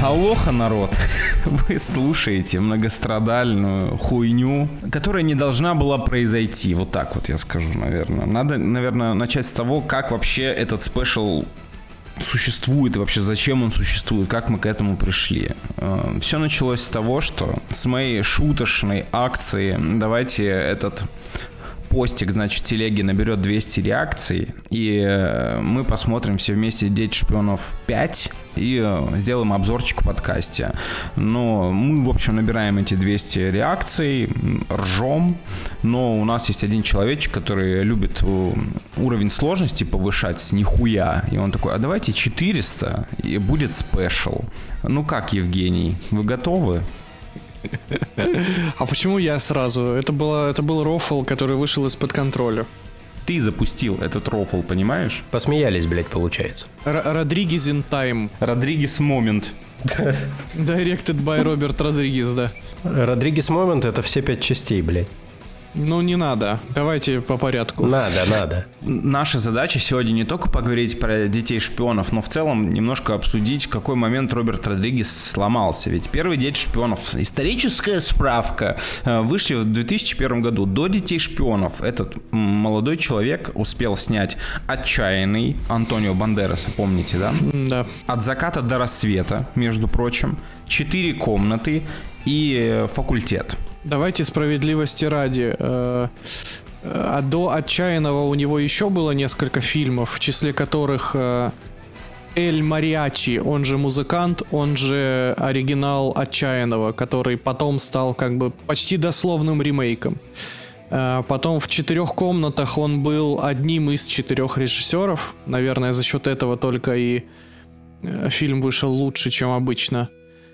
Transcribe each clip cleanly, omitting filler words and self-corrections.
Алоха, народ! Вы слушаете многострадальную хуйню, которая не должна была произойти. Вот так вот я скажу, наверное. Надо, наверное, начать с того, как вообще этот спешл существует и вообще зачем он существует, как мы к этому пришли. Все началось с того, что с моей шуточной акции давайте этот постик, значит, в телеге наберет 200 реакций, и мы посмотрим все вместе «Дети шпионов 5» и сделаем обзорчик в подкасте. Но мы, в общем, набираем эти 200 реакций, ржем, но у нас есть один человечек, который любит уровень сложности повышать с нихуя, и он такой: а давайте 400, и будет спешл. Ну как, Евгений, вы готовы? А почему я сразу? Это был рофл, который вышел из-под контроля. Ты запустил этот рофл, понимаешь? Посмеялись, блядь, получается. Родригес in time. Родригес момент. Directed by Роберт Родригес, да. Родригес момент — это все 5 частей, блядь. Ну, не надо. Давайте по порядку. Надо. Наша задача сегодня не только поговорить про детей шпионов, но в целом немножко обсудить, в какой момент Роберт Родригес сломался. Ведь первые «Дети шпионов», историческая справка, вышли в 2001 году. До «Детей шпионов» этот молодой человек успел снять «Отчаянный» Антонио Бандераса, помните, да? Да. «От заката до рассвета», между прочим, «4 комнаты» и «Факультет». Давайте справедливости ради. А до «Отчаянного» у него еще было несколько фильмов, в числе которых Эль Мариачи, он же музыкант, он же оригинал «Отчаянного», который потом стал как бы почти дословным ремейком. Потом в «4 комнатах» он был одним из 4 режиссеров. Наверное, за счет этого только и фильм вышел лучше, чем обычно.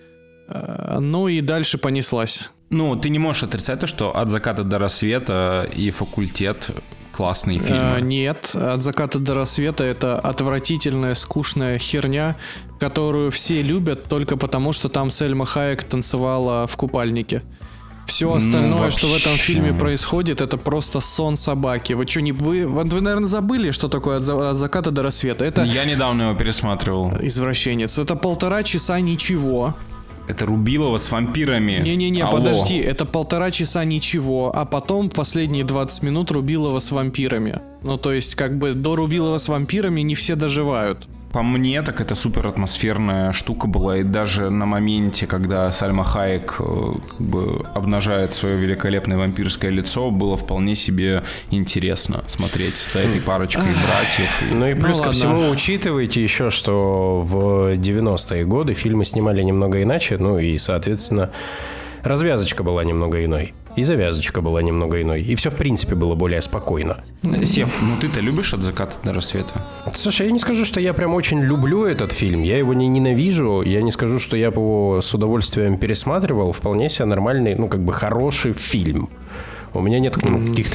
Ну и дальше понеслась. Ну, ты не можешь отрицать то, что «От заката до рассвета» и «Факультет» классные фильмы. Нет, «От заката до рассвета» — это отвратительная, скучная херня, которую все любят только потому, что там Сальма Хайек танцевала в купальнике. Все остальное, что в этом фильме происходит, это просто сон собаки. Вы что, вы, наверное, забыли, что такое «От заката до рассвета»? Это... Я недавно его пересматривал. Извращенец. Это 1,5 часа ничего. Это Рубилова с вампирами. Не-не-не, Алло. подожди, это 1,5 часа ничего, а потом последние 20 минут Рубилова с вампирами. Ну, то есть, как бы до Рубилова с вампирами не все доживают. По мне, так это супер атмосферная штука была, и даже на моменте, когда Сальма Хайек как бы обнажает свое великолепное вампирское лицо, было вполне себе интересно смотреть за этой парочкой братьев. Ну и плюс ко всему учитывайте еще, что в 90-е годы фильмы снимали немного иначе, ну и, соответственно, развязочка была немного иной. И завязочка была немного иной. И все, в принципе, было более спокойно. Сев, ну ты-то любишь «От заката до рассвета»? Слушай, я не скажу, что я прям очень люблю этот фильм. Я его не ненавижу. Я не скажу, что я его с удовольствием пересматривал. Вполне себе нормальный, ну, как бы хороший фильм. У меня нет к нему каких-то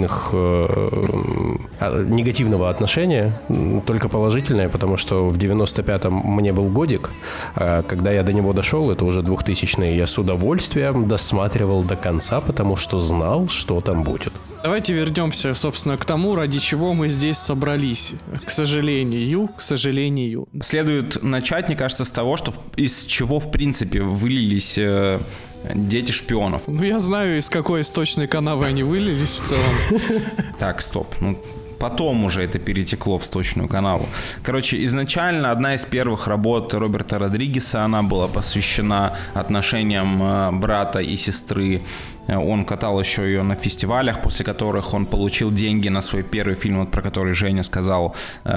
негативного отношения, только положительное, потому что в 95-м мне был годик, а когда я до него дошел, это уже 2000-е, я с удовольствием досматривал до конца, потому что знал, что там будет. Давайте вернемся, собственно, к тому, ради чего мы здесь собрались. К сожалению. Следует начать, мне кажется, с того, что из чего, в принципе, вылились «Дети шпионов». Ну, я знаю, из какой источной канавы они вылились в целом. Так, стоп. Ну, потом уже это перетекло в сточную канаву. Короче, изначально одна из первых работ Роберта Родригеса, она была посвящена отношениям брата и сестры. Он катал еще ее на фестивалях, после которых он получил деньги на свой первый фильм, вот про который Женя сказал.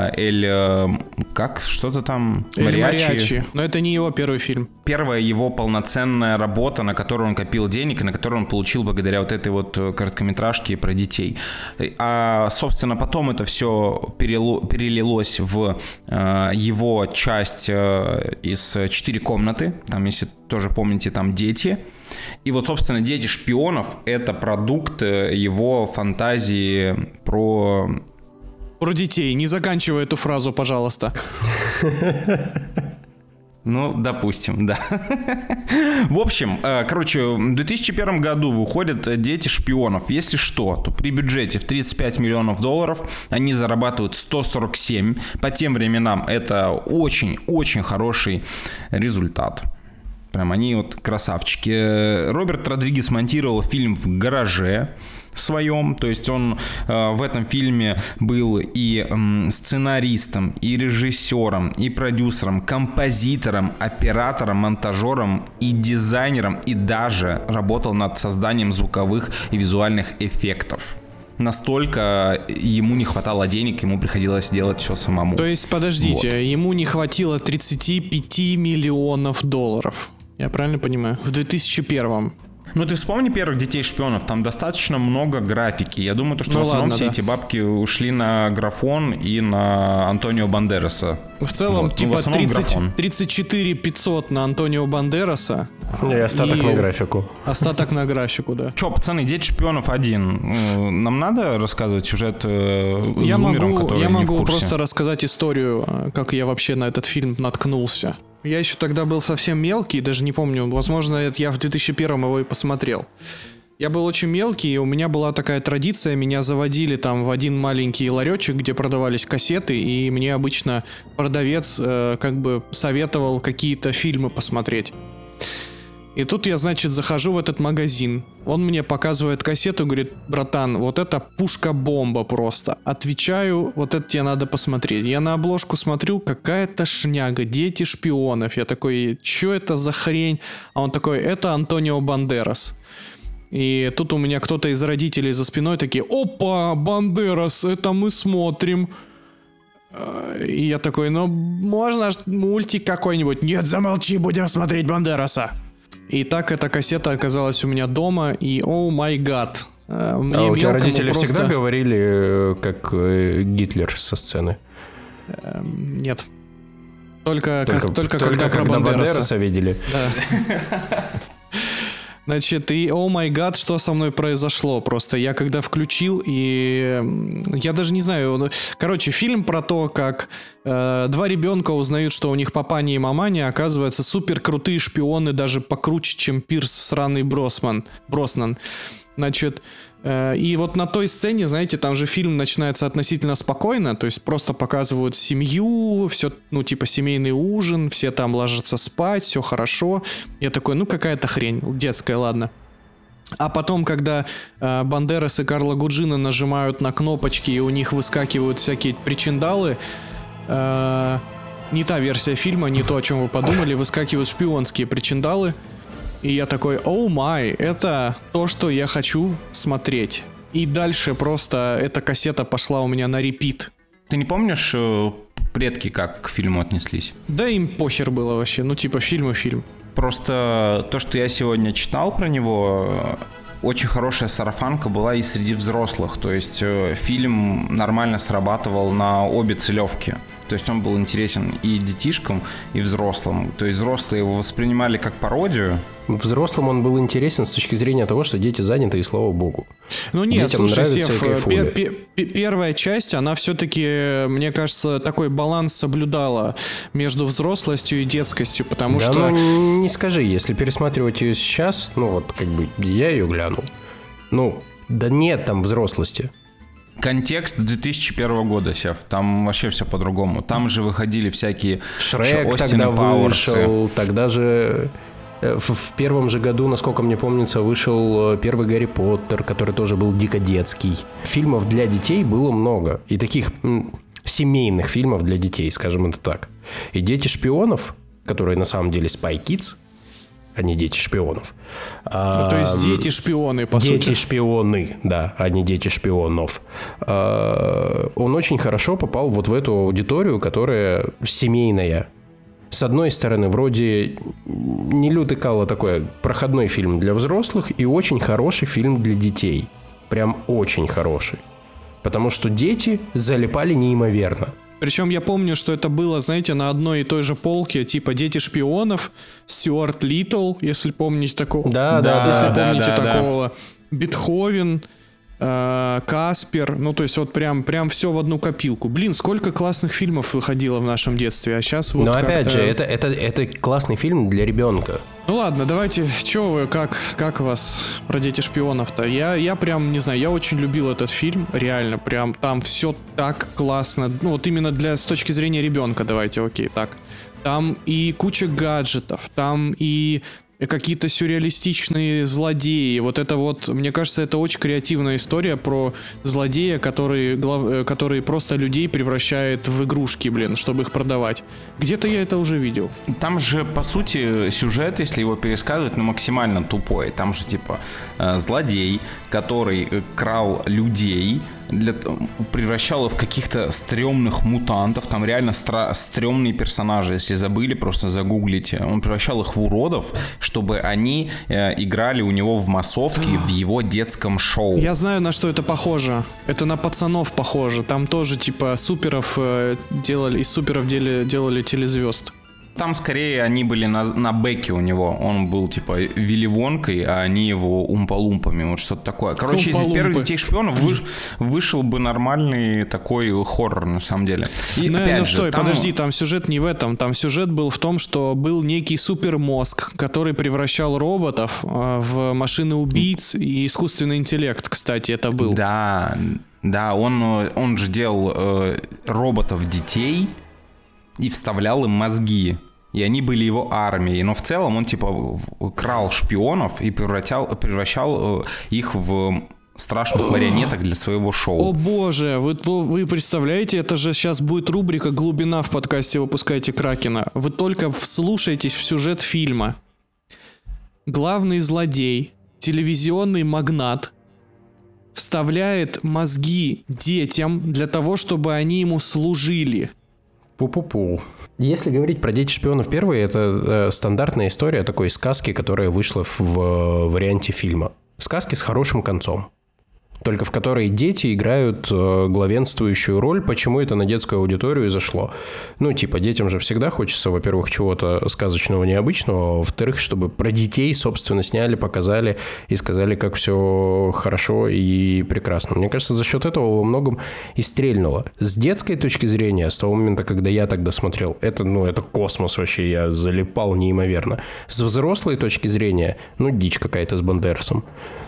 Что-то там? Мариачи. Но это не его первый фильм. Первая его полноценная работа, на которую он копил денег и на которую он получил благодаря вот этой вот короткометражке про детей. А, собственно, потом это все перелилось в его часть из «4 комнаты». Там, если тоже помните, там дети. И вот, собственно, «Дети шпионов» — это продукт его фантазии про детей. Не заканчивай эту фразу, пожалуйста. Ну, допустим, да. В общем, короче, в 2001 году выходят «Дети шпионов». Если что, то при бюджете в $35 миллионов они зарабатывают 147. По тем временам это очень-очень хороший результат. Прям они вот красавчики. Роберт Родригес монтировал фильм в гараже своем, то есть он в этом фильме был и сценаристом, и режиссером, и продюсером, композитором, оператором, монтажером и дизайнером, и даже работал над созданием звуковых и визуальных эффектов. Настолько ему не хватало денег, ему приходилось делать все самому. То есть, подождите, ему не хватило 35 миллионов долларов. Я правильно понимаю? В 2001-м. Ну, ты вспомни первых «Детей шпионов», там достаточно много графики. Я думаю, что в основном все эти бабки ушли на графон и на Антонио Бандераса. В целом, вот. типа 34 34 500 на Антонио Бандераса. И остаток на графику. Остаток на графику, да. Че, пацаны, «Дети шпионов 1». Нам надо рассказывать сюжет зумерам, которые Я не в могу курсе? просто рассказать историю, как я вообще на этот фильм наткнулся. Я еще тогда был совсем мелкий, даже не помню, возможно, я в 2001 его и посмотрел. Я был очень мелкий, и у меня была такая традиция, меня заводили там в один маленький ларечек, где продавались кассеты, и мне обычно продавец как бы советовал какие-то фильмы посмотреть. И тут я, значит, захожу в этот магазин. Он мне показывает кассету, говорит: братан, вот это пушка-бомба просто. Отвечаю, вот это тебе надо посмотреть. Я на обложку смотрю, какая-то шняга, «Дети шпионов». Я такой: что это за хрень? А он такой: это Антонио Бандерас. И тут у меня кто-то из родителей за спиной такие: опа, Бандерас, это мы смотрим. И я такой: ну, можно мультик какой-нибудь? Нет, замолчи, будем смотреть Бандераса. И так эта кассета оказалась у меня дома, и о май гад. У тебя родители всегда говорили, как Гитлер со сцены? Нет. Только когда про Бандераса видели. Да. Значит, и о май гад, что со мной произошло просто. Я когда включил, и я даже не знаю, короче, фильм про то, как два ребенка узнают, что у них папаня и маманя, оказывается, супер крутые шпионы, даже покруче, чем Пирс сраный Броснан. Значит, и вот на той сцене, знаете, там же фильм начинается относительно спокойно, то есть просто показывают семью, все, ну, типа семейный ужин, все там ложатся спать, все хорошо. Я такой: ну, какая-то хрень, детская, ладно. А потом, когда Бандерас и Карла Гуджина нажимают на кнопочки, и у них выскакивают всякие причиндалы, не та версия фильма, не то, о чем вы подумали, выскакивают шпионские причиндалы. И я такой: оу май, это то, что я хочу смотреть. И дальше просто эта кассета пошла у меня на репит. Ты не помнишь, предки как к фильму отнеслись? Да им похер было вообще, ну типа фильм и фильм. Просто то, что я сегодня читал про него, очень хорошая сарафанка была и среди взрослых. То есть фильм нормально срабатывал на обе целевки. То есть он был интересен и детишкам, и взрослым. То есть взрослые его воспринимали как пародию. Взрослым он был интересен с точки зрения того, что дети заняты, и слава богу. Ну нет, детям слушай, Сев, Сев, первая часть, она все-таки, мне кажется, такой баланс соблюдала между взрослостью и детскостью, потому да, что... Ну, не скажи, если пересматривать ее сейчас, ну вот как бы я ее глянул, ну, да нет там взрослости. Контекст 2001 года, Сев, там вообще все по-другому. Там же выходили всякие Шрек тогда вышел, тогда же... В первом же году, насколько мне помнится, вышел первый Гарри Поттер, который тоже был дико детский. Фильмов для детей было много. И таких семейных фильмов для детей, скажем это так. И «Дети шпионов», которые на самом деле Spy Kids, а не «Дети шпионов». Ну, то есть дети-шпионы, по сути. Дети-шпионы, да, а не «Дети шпионов». Он очень хорошо попал вот в эту аудиторию, которая семейная. С одной стороны, вроде не лютый кало такой проходной фильм для взрослых и очень хороший фильм для детей. Прям очень хороший. Потому что дети залипали неимоверно. Причем я помню, что это было, знаете, на одной и той же полке, типа «Дети шпионов», «Стюарт Литтл», если помните такого. Да, если помните такого. «Бетховен», Каспер, ну то есть вот прям все в одну копилку. Блин, сколько классных фильмов выходило в нашем детстве, а сейчас вот. Но опять же, это классный фильм для ребенка. Ну ладно, давайте, чё вы, как у вас про «Дети шпионов»-то? Я прям, не знаю, я очень любил этот фильм, реально, прям там все так классно, ну вот именно с точки зрения ребенка, давайте, окей, так. Там и куча гаджетов, там и какие-то сюрреалистичные злодеи. Вот это вот, мне кажется, это очень креативная история про злодея, который просто людей превращает в игрушки, блин, чтобы их продавать. Где-то я это уже видел. Там же, по сути, сюжет, если его пересказывать, ну, максимально тупой. Там же, типа, злодей, который крал людей, превращал их в каких-то стрёмных мутантов. Там реально стрёмные персонажи. Если забыли, просто загуглите. Он превращал их в уродов, чтобы они играли у него в массовке в его детском шоу. Я знаю, на что это похоже. Это на «Пацанов» похоже. Там тоже, типа, суперов делали телезвезд. Там скорее они были на бэке у него. Он был типа Вилли Вонкой, а они его Умпа-Лумпами. Вот что-то такое. Короче, из первых «Детей шпионов» вышел бы нормальный такой хоррор, на самом деле. И, стой, подожди, там сюжет не в этом. Там сюжет был в том, что был некий супермозг, который превращал роботов в машины-убийц и искусственный интеллект, кстати, это был. Да, он же делал роботов-детей и вставлял им мозги. И они были его армией. Но в целом он типа крал шпионов и превращал их в страшных марионеток для своего шоу. О боже, вы представляете, это же сейчас будет рубрика «Глубина» в подкасте «Выпускайте Кракена». Вы только вслушайтесь в сюжет фильма. Главный злодей, телевизионный магнат, вставляет мозги детям для того, чтобы они ему служили. Пу-пу-пу. Если говорить про «Дети шпионов» первые, это стандартная история такой сказки, которая вышла в варианте фильма. Сказки с хорошим концом. Только в которой дети играют главенствующую роль. Почему это на детскую аудиторию и зашло? Ну, типа, детям же всегда хочется, во-первых, чего-то сказочного, необычного, а во-вторых, чтобы про детей, собственно, сняли, показали и сказали, как все хорошо и прекрасно. Мне кажется, за счет этого во многом и стрельнуло. С детской точки зрения, с того момента, когда я тогда смотрел, это космос вообще, я залипал неимоверно. С взрослой точки зрения, дичь какая-то с Бандерасом.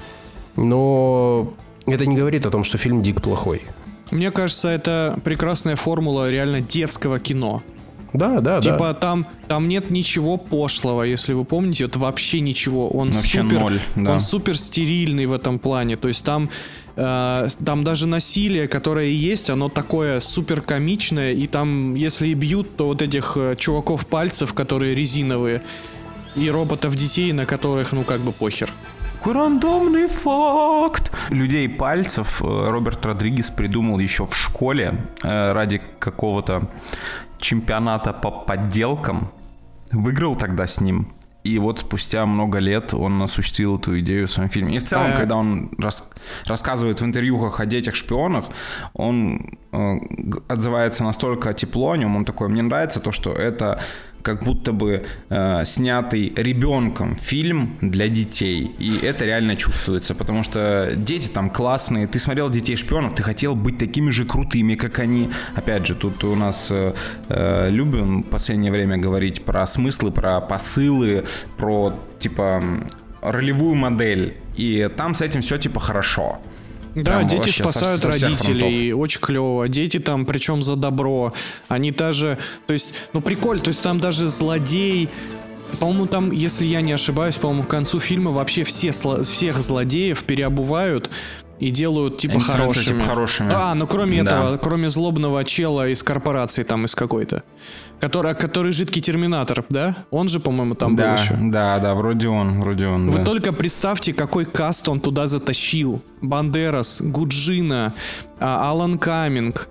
Но это не говорит о том, что фильм дико плохой. Мне кажется, это прекрасная формула реально детского кино. Да. Типа там нет ничего пошлого, если вы помните, это вообще ничего. Он вообще супер, ноль, да. Он супер стерильный в этом плане. То есть там даже насилие, которое есть, оно такое супер комичное. И там, если и бьют, то вот этих чуваков пальцев, которые резиновые, и роботов-детей, на которых, похер. Какой рандомный факт. Людей пальцев Роберт Родригес придумал еще в школе ради какого-то чемпионата по подделкам. Выиграл тогда с ним. И вот спустя много лет он осуществил эту идею в своем фильме. И в целом, когда он рассказывает в интервьюхах о детях-шпионах, он отзывается настолько тепло о нем. Он такой: мне нравится то, что это как будто бы снятый ребенком фильм для детей. И это реально чувствуется, потому что дети там классные. Ты смотрел «Детей шпионов», ты хотел быть такими же крутыми, как они. Опять же, тут у нас любим в последнее время говорить про смыслы, про посылы, про, типа, ролевую модель. И там с этим все, типа, хорошо. Да, там дети спасают родителей, фронтов. очень клево. Дети там, причем за добро. Они даже, то есть, прикольно, то есть там даже злодей. По-моему, там, если я не ошибаюсь, по-моему, к концу фильма вообще всех злодеев переобувают и делают типа хорошими. Кроме этого, кроме злобного чела из корпорации там из какой-то. Который жидкий терминатор, да? Он же, по-моему, там был еще. Да, вроде он. Вы только представьте, какой каст он туда затащил. Бандерас, Гуджина, Алан Каминг,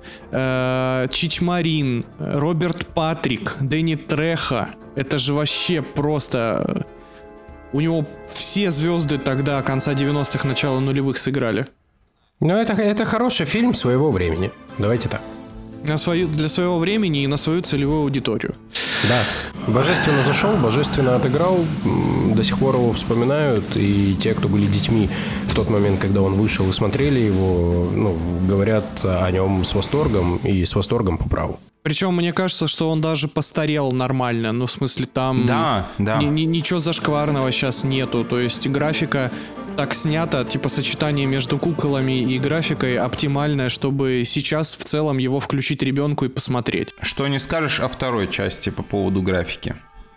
Чичмарин, Роберт Патрик, Дэнни Трехо. Это же вообще просто... У него все звезды тогда конца 90-х, начала нулевых сыграли. Это хороший фильм своего времени. Давайте так. Для своего времени и на свою целевую аудиторию. Да. Божественно зашел, божественно отыграл, до сих пор его вспоминают, и те, кто были детьми в тот момент, когда он вышел и смотрели его, говорят о нем с восторгом и с восторгом по праву. Причем мне кажется, что он даже постарел нормально, в смысле там ничего зашкварного сейчас нету, то есть графика так снята, типа сочетание между куколами и графикой оптимальное, чтобы сейчас в целом его включить ребенку и посмотреть. Что не скажешь о второй части по поводу графики?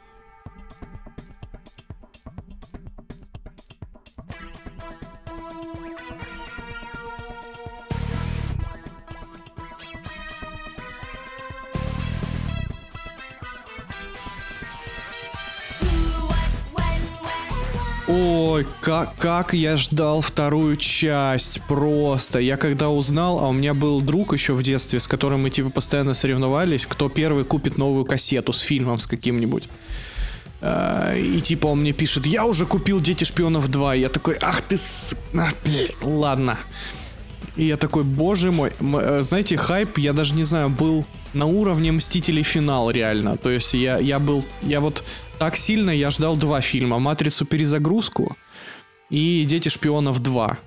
Ой, как я ждал вторую часть, просто. Я когда узнал, а у меня был друг еще в детстве, с которым мы типа постоянно соревновались, кто первый купит новую кассету с фильмом с каким-нибудь. И типа он мне пишет: я уже купил «Дети шпионов 2». И я такой: ах ты ладно. И я такой: боже мой. Знаете, хайп, я даже не знаю, был на уровне «Мстителей. Финал», реально. То есть я вот так сильно я ждал два фильма: «Матрицу. Перезагрузку» и «Дети шпионов 2».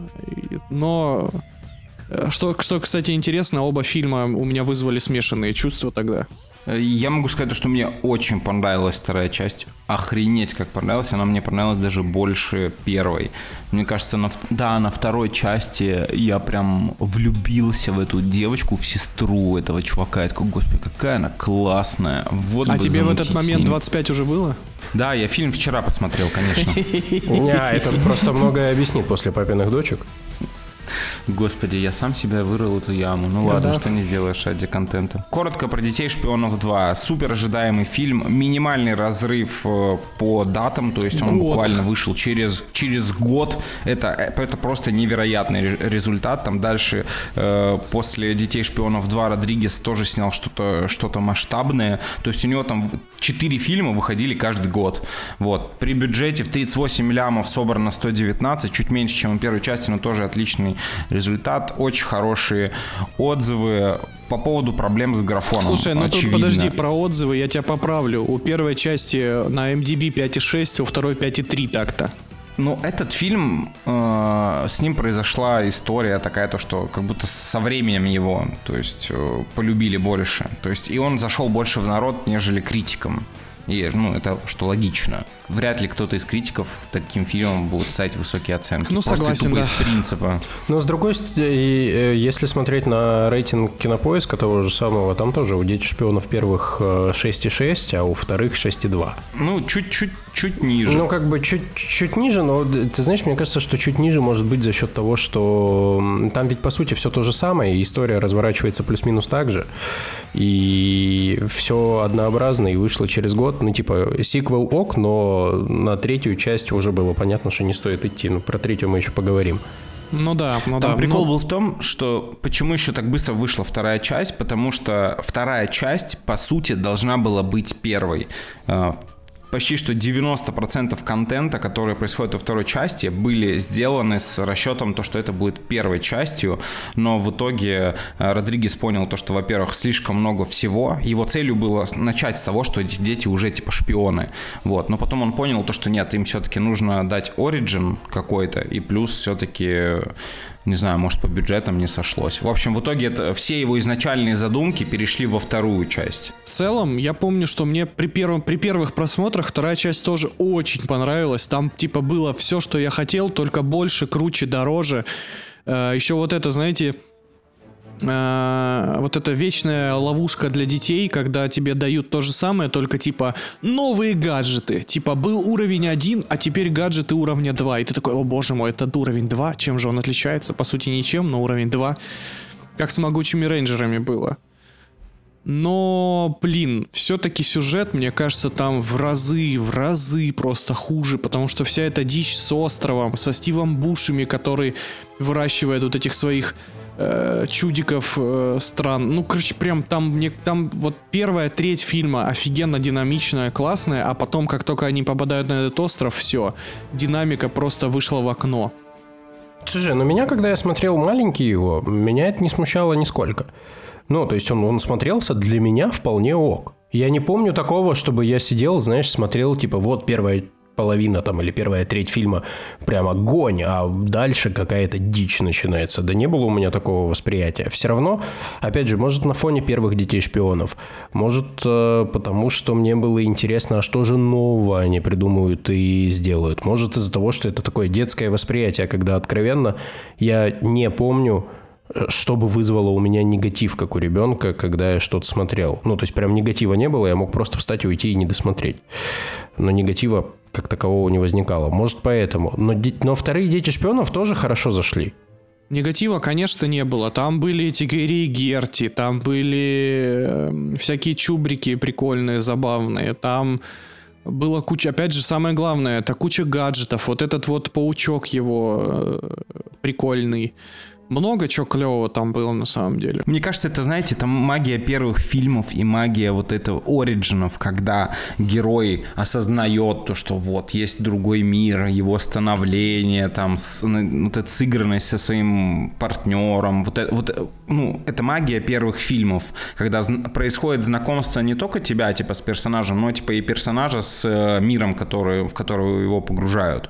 Но что, кстати, интересно, оба фильма у меня вызвали смешанные чувства тогда. Я могу сказать, что мне очень понравилась вторая часть. Охренеть, как понравилась. Она мне понравилась даже больше первой. Мне кажется, на второй части я прям влюбился в эту девочку, в сестру этого чувака. Я такой: господи, какая она классная. Вот а тебе в этот момент 25 уже было? Да, я фильм вчера посмотрел, конечно. Это просто многое объяснит после «Папиных дочек». Господи, я сам себя вырыл эту яму. Ну ладно, что не сделаешь ради контента. Коротко про «Детей шпионов 2». Супер ожидаемый фильм. Минимальный разрыв по датам. То есть он буквально вышел через год. Это просто невероятный результат. Там дальше после «Детей шпионов 2» Родригес тоже снял что-то масштабное. То есть у него там 4 фильма выходили каждый год. Вот. При бюджете в 38 миллионов собрано 119. Чуть меньше, чем у первой части, но тоже отличный результат. Очень хорошие отзывы. По поводу проблем с графоном. Слушай, ну тут подожди, про отзывы я тебя поправлю. У первой части на MDB 5,6, у второй 5,3 так-то. Ну, этот фильм, с ним произошла история такая, то что как будто со временем его, то есть, полюбили больше. То есть, и он зашел больше в народ, нежели критикам. И, это что логично. Вряд ли кто-то из критиков таким фильмом будет ставить высокие оценки. Ну, согласен, тупо из принципа. Но с другой стороны, если смотреть на рейтинг Кинопоиска того же самого, там тоже у «Дети шпионов» первых 6,6, а у вторых 6,2. Ну, чуть ниже. Ну, как бы чуть ниже, но ты знаешь, мне кажется, что чуть ниже может быть за счет того, что там ведь по сути все то же самое, и история разворачивается плюс-минус так же, и все однообразно, и вышло через год. Ну, типа, сиквел ок, но на третью часть уже было понятно, что не стоит идти. Ну, про третью мы еще поговорим. Ну да. Прикол был в том, что почему еще так быстро вышла вторая часть, потому что вторая часть, по сути, должна была быть первой. Почти что 90% контента, который происходит во второй части, были сделаны с расчетом, что это будет первой частью, но в итоге Родригес понял что, во-первых, слишком много всего. Его целью было начать с того, что эти дети уже типа шпионы. Вот. Но потом он понял что нет, им все-таки нужно дать origin какой-то, и плюс все-таки, не знаю, может, по бюджетам не сошлось. В общем, в итоге все его изначальные задумки перешли во вторую часть. В целом, я помню, что мне при первых просмотрах вторая часть тоже очень понравилась. Там типа было все, что я хотел, только больше, круче, дороже. Еще вот это, знаете, вот эта вечная ловушка для детей, когда тебе дают то же самое, только типа новые гаджеты. Типа был уровень 1, а теперь гаджеты уровня 2. И ты такой: о боже мой, это уровень 2. Чем же он отличается? По сути ничем, но уровень 2. Как с могучими рейнджерами было. Но, все-таки сюжет, мне кажется, там в разы просто хуже, потому что вся эта дичь с островом, со Стивом Бушеми, который выращивает вот этих своих чудиков стран. Ну, короче, прям там вот первая треть фильма офигенно динамичная, классная, а потом, как только они попадают на этот остров, все, динамика просто вышла в окно. Слушай, меня, когда я смотрел маленький его, меня это не смущало нисколько. Ну, то есть он смотрелся для меня вполне ок. Я не помню такого, чтобы я сидел, знаешь, смотрел, типа, вот первая половина там или первая треть фильма прям огонь, а дальше какая-то дичь начинается. Да не было у меня такого восприятия. Все равно, опять же, может, на фоне первых «Детей-шпионов», может, потому что мне было интересно, а что же нового они придумают и сделают. Может, из-за того, что это такое детское восприятие, когда откровенно я не помню, чтобы вызвало у меня негатив, как у ребенка, когда я что-то смотрел. Ну, то есть прям негатива не было, я мог просто встать, уйти и не досмотреть. Но негатива как такового не возникало. Может, поэтому. Но вторые «Дети шпионов» тоже хорошо зашли. Негатива, конечно, не было. Там были эти Гэри и Герти, там были всякие чубрики прикольные, забавные. Там была куча, опять же, самое главное, это куча гаджетов. Вот этот вот паучок его прикольный. Много чего клевого там было на самом деле. Мне кажется, это, знаете, там магия первых фильмов и магия вот этого оригинов, когда герой осознает то, что вот есть другой мир, его становление, там, вот эта сыгранность со своим партнером. Это магия первых фильмов, когда происходит знакомство не только тебя, типа, с персонажем, но, типа, и персонажа с миром, в который его погружают.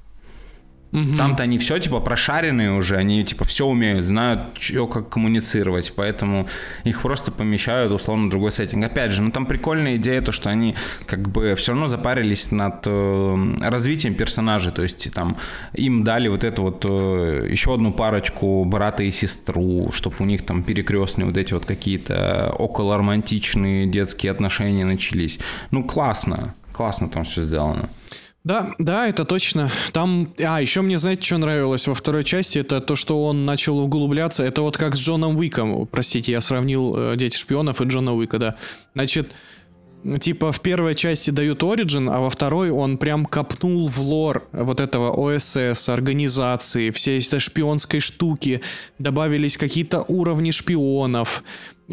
Угу. Там-то они все, типа, прошаренные уже, они, типа, все умеют, знают, как коммуницировать, поэтому их просто помещают, условно, в другой сеттинг. Опять же, там прикольная идея, то, что они, как бы, все равно запарились над развитием персонажей, то есть, там, им дали вот эту вот еще одну парочку, брата и сестру, чтобы у них там перекрестные вот эти вот какие-то околоромантичные детские отношения начались. Ну, классно там все сделано. Да, это точно. Там, еще мне, знаете, что нравилось во второй части, это то, что он начал углубляться. Это вот как с Джоном Уиком. Простите, я сравнил «Дети шпионов» и Джона Уика, да. Значит, типа в первой части дают Origin, а во второй он прям копнул в лор вот этого ОСС, организации, всей этой шпионской штуки. Добавились какие-то уровни шпионов.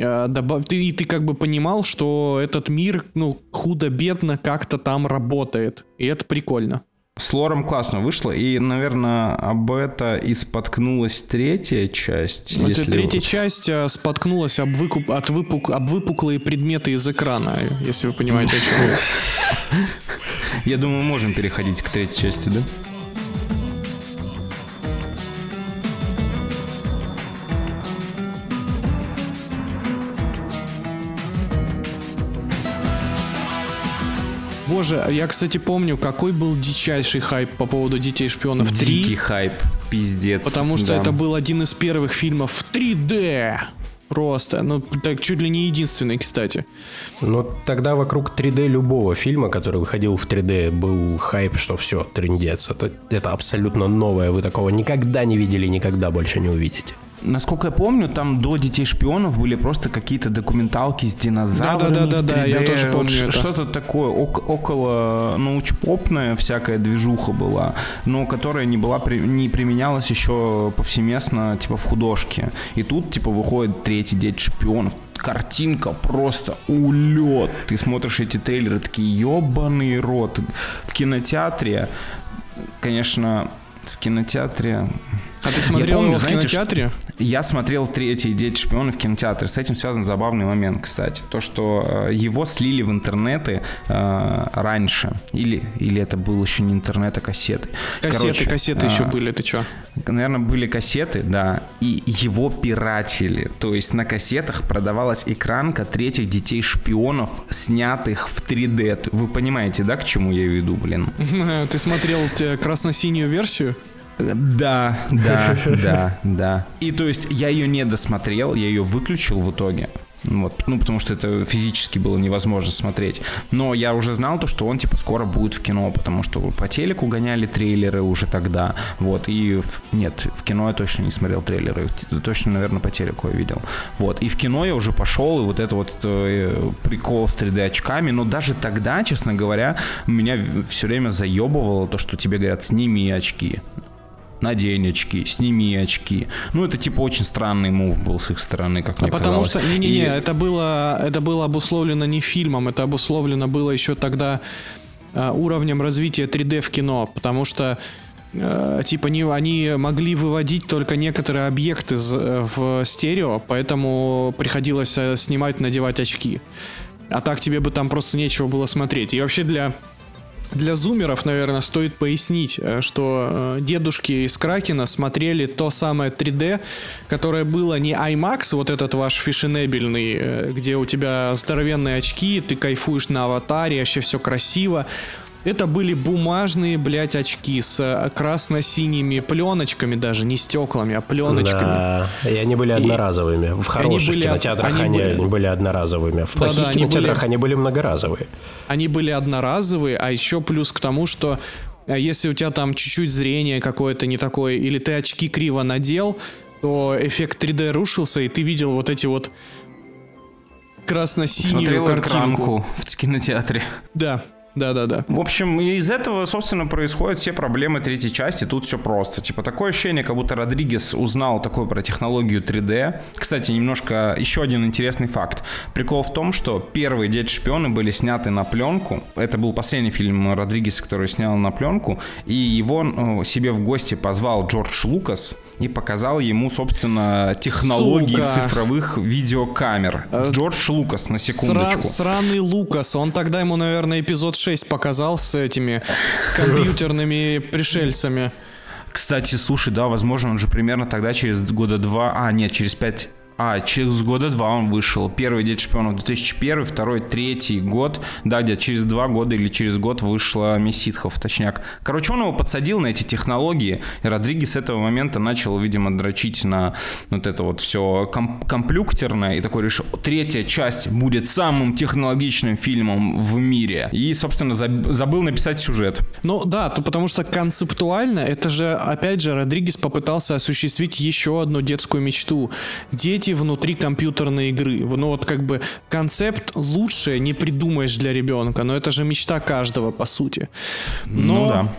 И ты как бы понимал, что этот мир, худо-бедно как-то там работает. И это прикольно. С лором классно вышло, и, наверное, об это и споткнулась третья часть. Третья часть споткнулась об выпуклые предметы из экрана, если вы понимаете, о чем я. Я думаю, мы можем переходить к третьей части, да? Боже, я, кстати, помню, какой был дичайший хайп по поводу «Детей шпионов 3». Дикий хайп, пиздец. Потому что это был один из первых фильмов в 3D. Просто, так чуть ли не единственный, кстати. Но тогда вокруг 3D любого фильма, который выходил в 3D, был хайп, что все, трындец. Это абсолютно новое, вы такого никогда не видели, никогда больше не увидите. Насколько я помню, там до «Детей шпионов» были просто какие-то документалки с динозаврами. Да, я тоже помню это. Что-то такое около научпопная всякая движуха была, но которая не применялась еще повсеместно, типа, в художке. И тут, типа, выходит третий «Дети шпионов». Картинка просто улет. Ты смотришь эти трейлеры, такие, ебаный рот. В кинотеатре, конечно... В кинотеатре... А ты смотрел его в кинотеатре? Я смотрел третий «Дети шпионов» в кинотеатре. С этим связан забавный момент, кстати. То, что его слили в интернеты раньше. Или это был еще не интернет, а кассеты. Кассеты еще были, ты что? Наверное, были кассеты, да. И его пиратили. То есть на кассетах продавалась экранка третьих «Детей шпионов», снятых в 3D. Вы понимаете, да, к чему я веду, блин? Ты смотрел красно-синюю версию? Да. И то есть я ее не досмотрел, я ее выключил в итоге. Вот, потому что это физически было невозможно смотреть. Но я уже знал то, что он типа скоро будет в кино, потому что по телеку гоняли трейлеры уже тогда. Вот, и в кино я точно не смотрел трейлеры. Точно, наверное, по телеку я видел. Вот, и в кино я уже пошел, и вот это вот прикол с 3D очками. Но даже тогда, честно говоря, меня все время заебывало то, что тебе говорят: сними очки. Надень очки, сними очки. Это типа очень странный мув был с их стороны, как мне казалось. Потому что, это было обусловлено не фильмом, это обусловлено было еще тогда уровнем развития 3D в кино, потому что типа они могли выводить только некоторые объекты в стерео, поэтому приходилось снимать, надевать очки. А так тебе бы там просто нечего было смотреть. И вообще для зумеров, наверное, стоит пояснить, что дедушки из Кракена смотрели то самое 3D, которое было не IMAX, вот этот ваш фешенебельный, где у тебя здоровенные очки, ты кайфуешь на аватаре, вообще все красиво. Это были бумажные, блядь, очки с красно-синими пленочками даже, не стеклами, а пленочками. Да, и они были одноразовыми. В хороших кинотеатрах они были одноразовыми. В плохих кинотеатрах они были многоразовые. Они были одноразовые, а еще плюс к тому, что если у тебя там чуть-чуть зрение какое-то не такое, или ты очки криво надел, то эффект 3D рушился, и ты видел вот эти вот красно-синюю картинку. Смотрел экранку в кинотеатре. Да. Да. В общем, из этого, собственно, происходят все проблемы третьей части. Тут все просто. Типа, такое ощущение, как будто Родригес узнал такое про технологию 3D. Кстати, немножко еще один интересный факт. Прикол в том, что первые «Дети-шпионы» были сняты на пленку. Это был последний фильм Родригеса, который снял на пленку. И его себе в гости позвал Джордж Лукас и показал ему, собственно, технологии цифровых видеокамер. Джордж Лукас, на секундочку. Сраный Лукас. Он тогда ему, наверное, эпизод 6 показал с компьютерными пришельцами. Кстати, слушай, да, возможно, он же примерно тогда через года два... через 5... через года два он вышел. Первый «Дети шпионов» 2001, второй, третий год. Да, где-то через 2 года или через год вышла «Месть ситхов», точняк. Короче, он его подсадил на эти технологии, и Родригес с этого момента начал, видимо, дрочить на вот это вот все комплюктерное, и такой решил, третья часть будет самым технологичным фильмом в мире. И, собственно, забыл написать сюжет. Ну да, потому что концептуально это же, опять же, Родригес попытался осуществить еще одну детскую мечту. Дети внутри компьютерной игры. Ну вот как бы концепт лучше не придумаешь для ребенка, но это же мечта каждого, по сути. Но,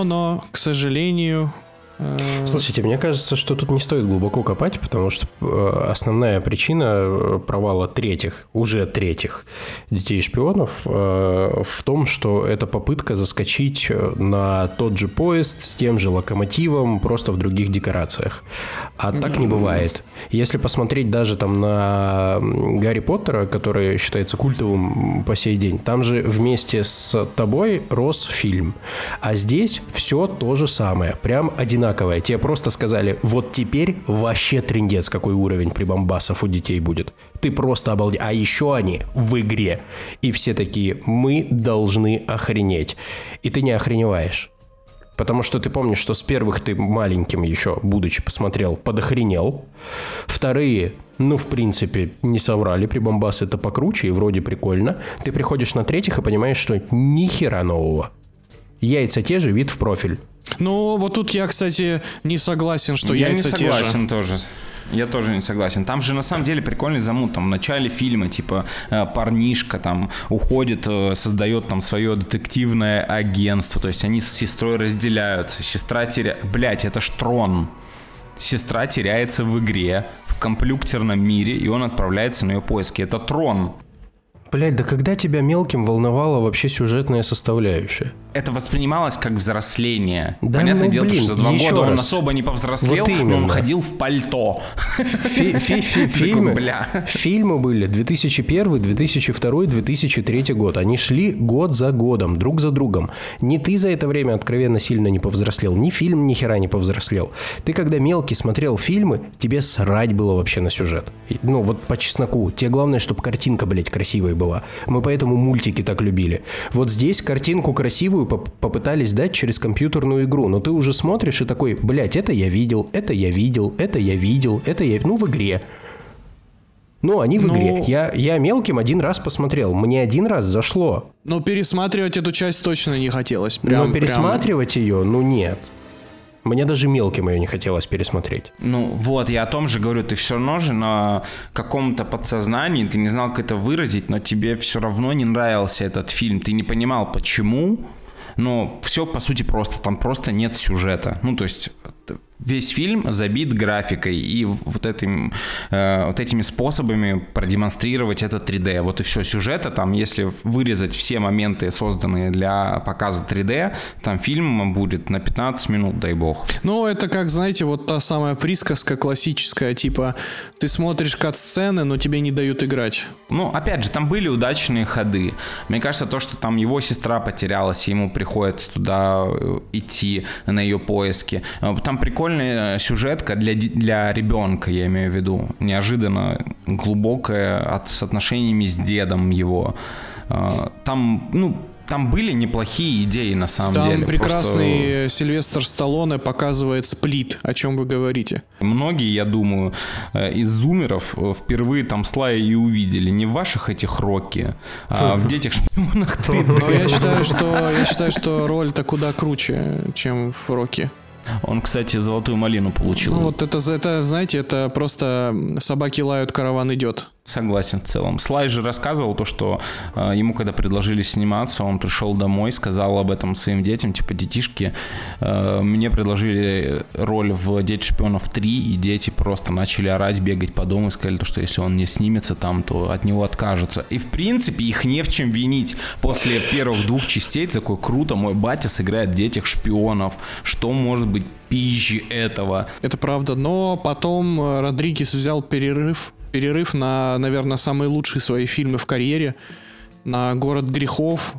к сожалению... Слушайте, мне кажется, что тут не стоит глубоко копать, потому что основная причина провала уже третьих «Детей-шпионов» в том, что это попытка заскочить на тот же поезд с тем же локомотивом, просто в других декорациях. А так не бывает. Если посмотреть даже там на Гарри Поттера, который считается культовым по сей день, там же вместе с тобой рос фильм. А здесь все то же самое, прям одинаково. Тебе просто сказали, вот теперь вообще трындец, какой уровень прибамбасов у детей будет. Ты просто обалдеть. А еще они в игре. И все такие, мы должны охренеть. И ты не охреневаешь. Потому что ты помнишь, что с первых ты маленьким еще, будучи, посмотрел, подохренел. Вторые, в принципе, не соврали, прибамбасы это покруче и вроде прикольно. Ты приходишь на третьих и понимаешь, что ни хера нового. Яйца те же, вид в профиль. Ну, вот тут я, кстати, не согласен, что яйца те же. Я не согласен тоже. Я тоже не согласен. Там же на самом деле прикольный замут. Там в начале фильма, типа, парнишка там уходит, создает там свое детективное агентство. То есть они с сестрой разделяются. Сестра теряет... Блять, это ж Трон. Сестра теряется в игре, в комплюктерном мире, и он отправляется на ее поиски. Это Трон. Блядь, да когда тебя мелким волновала вообще сюжетная составляющая? Это воспринималось как взросление. Да, понятное дело, что за 2 года раз. Он особо не повзрослел, вот но он ходил в пальто. Фильмы были 2001, 2002, 2003 год. Они шли год за годом, друг за другом. Ни ты за это время откровенно сильно не повзрослел, ни фильм ни хера не повзрослел. Ты когда мелкий смотрел фильмы, тебе срать было вообще на сюжет. Ну вот по чесноку. Тебе главное, чтобы картинка, блядь, красивой была. Мы поэтому мультики так любили. Вот здесь картинку красивую попытались дать через компьютерную игру, но ты уже смотришь и такой, блядь, это я видел, это я видел, это я видел, это я... Ну, в игре. Ну, они в игре. Я мелким один раз посмотрел. Мне один раз зашло. Но пересматривать эту часть точно не хотелось. Но пересматривать ее, нет. Мне даже мелким ее не хотелось пересмотреть. Ну вот, я о том же говорю, ты все равно же на каком-то подсознании, ты не знал, как это выразить, но тебе все равно не нравился этот фильм, ты не понимал, почему, но все по сути просто, там просто нет сюжета. Ну то есть весь фильм забит графикой и вот этими способами продемонстрировать это 3D. Вот и все. Сюжета там, если вырезать все моменты, созданные для показа 3D, там фильм будет на 15 минут, дай бог. Ну, это как, знаете, вот та самая присказка классическая, типа, ты смотришь кат-сцены, но тебе не дают играть. Ну, опять же, там были удачные ходы. Мне кажется, то, что там его сестра потерялась, и ему приходится туда идти на ее поиски. Там прикольная сюжетка для ребенка, я имею в виду. Неожиданно глубокая с отношениями с дедом его. Там были неплохие идеи, на самом деле. Там прекрасный Сильвестр Сталлоне показывает «Сплит», о чем вы говорите. Многие, я думаю, из зумеров впервые там Слая и увидели. Не в ваших этих Рокки, а в «Детях-шпионах 3D». Но я считаю, что роль-то куда круче, чем в «Рокки». Он, кстати, золотую малину получил. Ну, вот это, знаете, это просто собаки лают, караван идет. Согласен в целом. Слай же рассказывал то, что ему, когда предложили сниматься, он пришел домой, сказал об этом своим детям, типа, детишки, мне предложили роль в «Дети шпионов 3», и дети просто начали орать, бегать по дому и сказали, что если он не снимется там, то от него откажутся. И, в принципе, их не в чем винить. После первых 2 частей такой, круто, мой батя сыграет в «Детях шпионов». Что может быть пизже этого? Это правда, но потом Родригес взял перерыв на, наверное, самые лучшие свои фильмы в карьере. На «Город грехов»,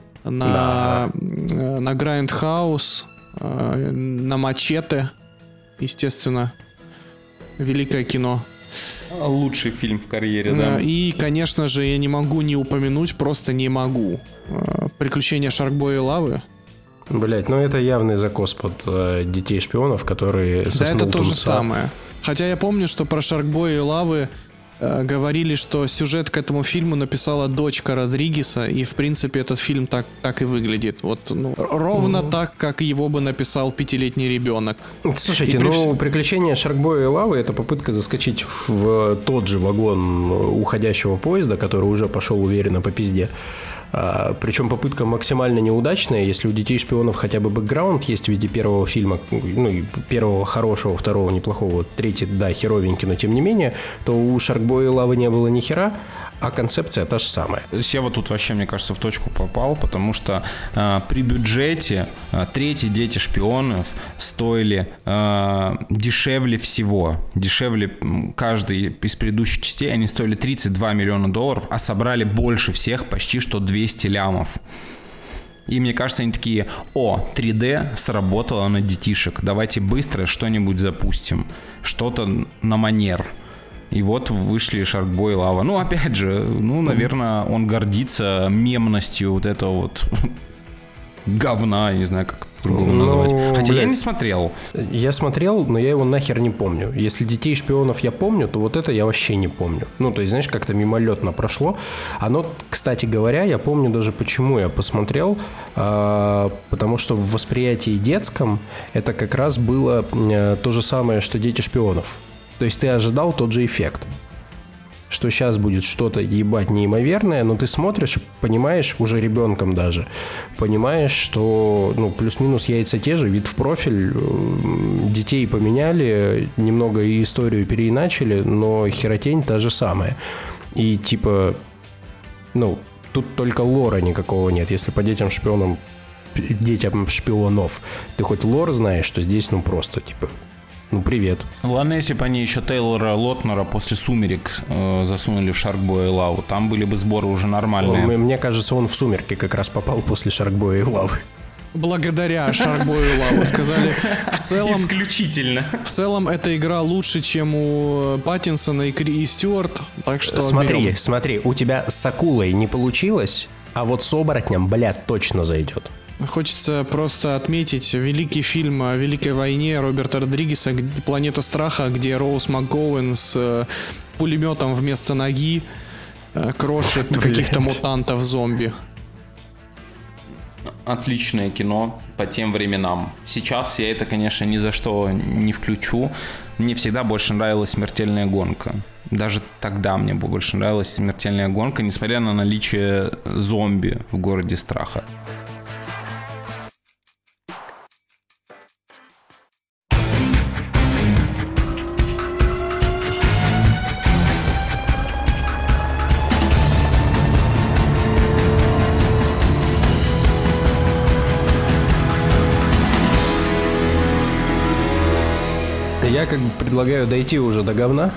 на «Грайндхаус», на «Мачете», естественно. Великое кино. Лучший фильм в карьере, да. И, конечно же, я не могу не упомянуть, просто не могу. «Приключения Шаркбоя и Лавы». Блять, ну это явный закос под детей шпионов, которые Да, это то же самое. Хотя я помню, что про Шаркбоя и Лавы говорили, что сюжет к этому фильму написала дочка Родригеса, и в принципе этот фильм так и выглядит. Вот, ровно так, как его бы написал 5-летний ребенок. Слушайте, «Приключения Шаркбоя и Лавы» — это попытка заскочить в тот же вагон уходящего поезда, который уже пошел уверенно по пизде. Причем попытка максимально неудачная. Если у «Детей шпионов» хотя бы бэкграунд есть в виде первого фильма, ну, первого хорошего, второго неплохого, третий, да, херовенький, но тем не менее, то у «Шаркбоя и Лавы» не было ни хера, а концепция та же самая. Я вот тут вообще, мне кажется, в точку попал, потому что при бюджете третьи «Дети шпионов» стоили дешевле всего. Дешевле каждой из предыдущих частей. Они стоили $32 миллиона, а собрали больше всех, почти что 200 лямов. И мне кажется, они такие: 3D сработало на детишек, давайте быстро что-нибудь запустим, что-то на манер. И вот вышли «Шаркбой» и «Лава». Ну, опять же, наверное, он гордится мемностью вот этого вот говна, не знаю, как по-другому назвать. Хотя я не смотрел. Я смотрел, но я его нахер не помню. Если «Детей шпионов» я помню, то вот это я вообще не помню. Ну, то есть, знаешь, как-то мимолетно прошло. Оно, кстати говоря, я помню даже, почему я посмотрел, потому что в восприятии детском это как раз было то же самое, что «Дети шпионов». То есть ты ожидал тот же эффект, что сейчас будет что-то ебать неимоверное, но ты смотришь, понимаешь, уже ребенком даже, понимаешь, что плюс-минус яйца те же, вид в профиль, детей поменяли, немного и историю переиначили, но херотень та же самая. И типа, тут только лора никакого нет. Если по детям шпионов ты хоть лор знаешь, что здесь просто типа... привет. Ладно, если бы они еще Тейлора Лотнера после «Сумерек» засунули в «Шаркбоя и Лаву», там были бы сборы уже нормальные. Мне кажется, он в «Сумерки» как раз попал после «Шаркбоя и Лавы». Благодаря «Шаркбою и Лаву» сказали. В целом, исключительно. В целом, эта игра лучше, чем у Паттинсона и Стюарт, так что Смотри, у тебя с акулой не получилось, а вот с оборотнем, точно зайдет. Хочется просто отметить великий фильм о Великой войне Роберта Родригеса «Планета страха», где Роуз МакГоуэн с пулеметом вместо ноги крошит каких-то мутантов-зомби. Отличное кино по тем временам. Сейчас я это, конечно, ни за что не включу. Мне всегда больше нравилась «Смертельная гонка». Даже тогда мне больше нравилась «Смертельная гонка», несмотря на наличие зомби в городе страха. Я как бы предлагаю дойти уже до говна,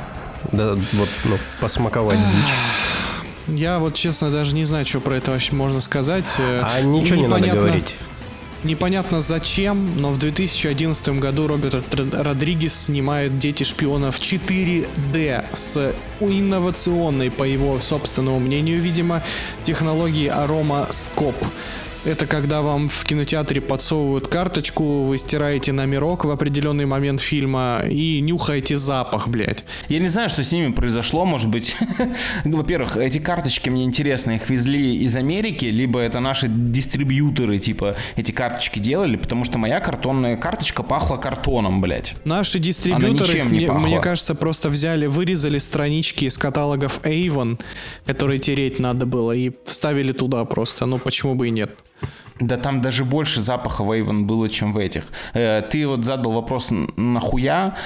посмаковать дичь. Я вот, честно, даже не знаю, что про это вообще можно сказать. А ничего не надо говорить. Непонятно зачем, но в 2011 году Роберт Родригес снимает «Дети шпионов» 4D с инновационной, по его собственному мнению, видимо, технологией аромаскоп. Это когда вам в кинотеатре подсовывают карточку, вы стираете номерок в определенный момент фильма и нюхаете запах, блядь. Я не знаю, что с ними произошло, может быть. Во-первых, эти карточки, мне интересно, их везли из Америки, либо это наши дистрибьюторы, типа, эти карточки делали, потому что моя картонная карточка пахла картоном, блядь. Наши дистрибьюторы, мне кажется, просто вырезали странички из каталогов Avon, которые тереть надо было, и вставили туда просто, ну почему бы и нет. Да там даже больше запаха в Avon было, чем в этих. Ты вот задал вопрос, нахуя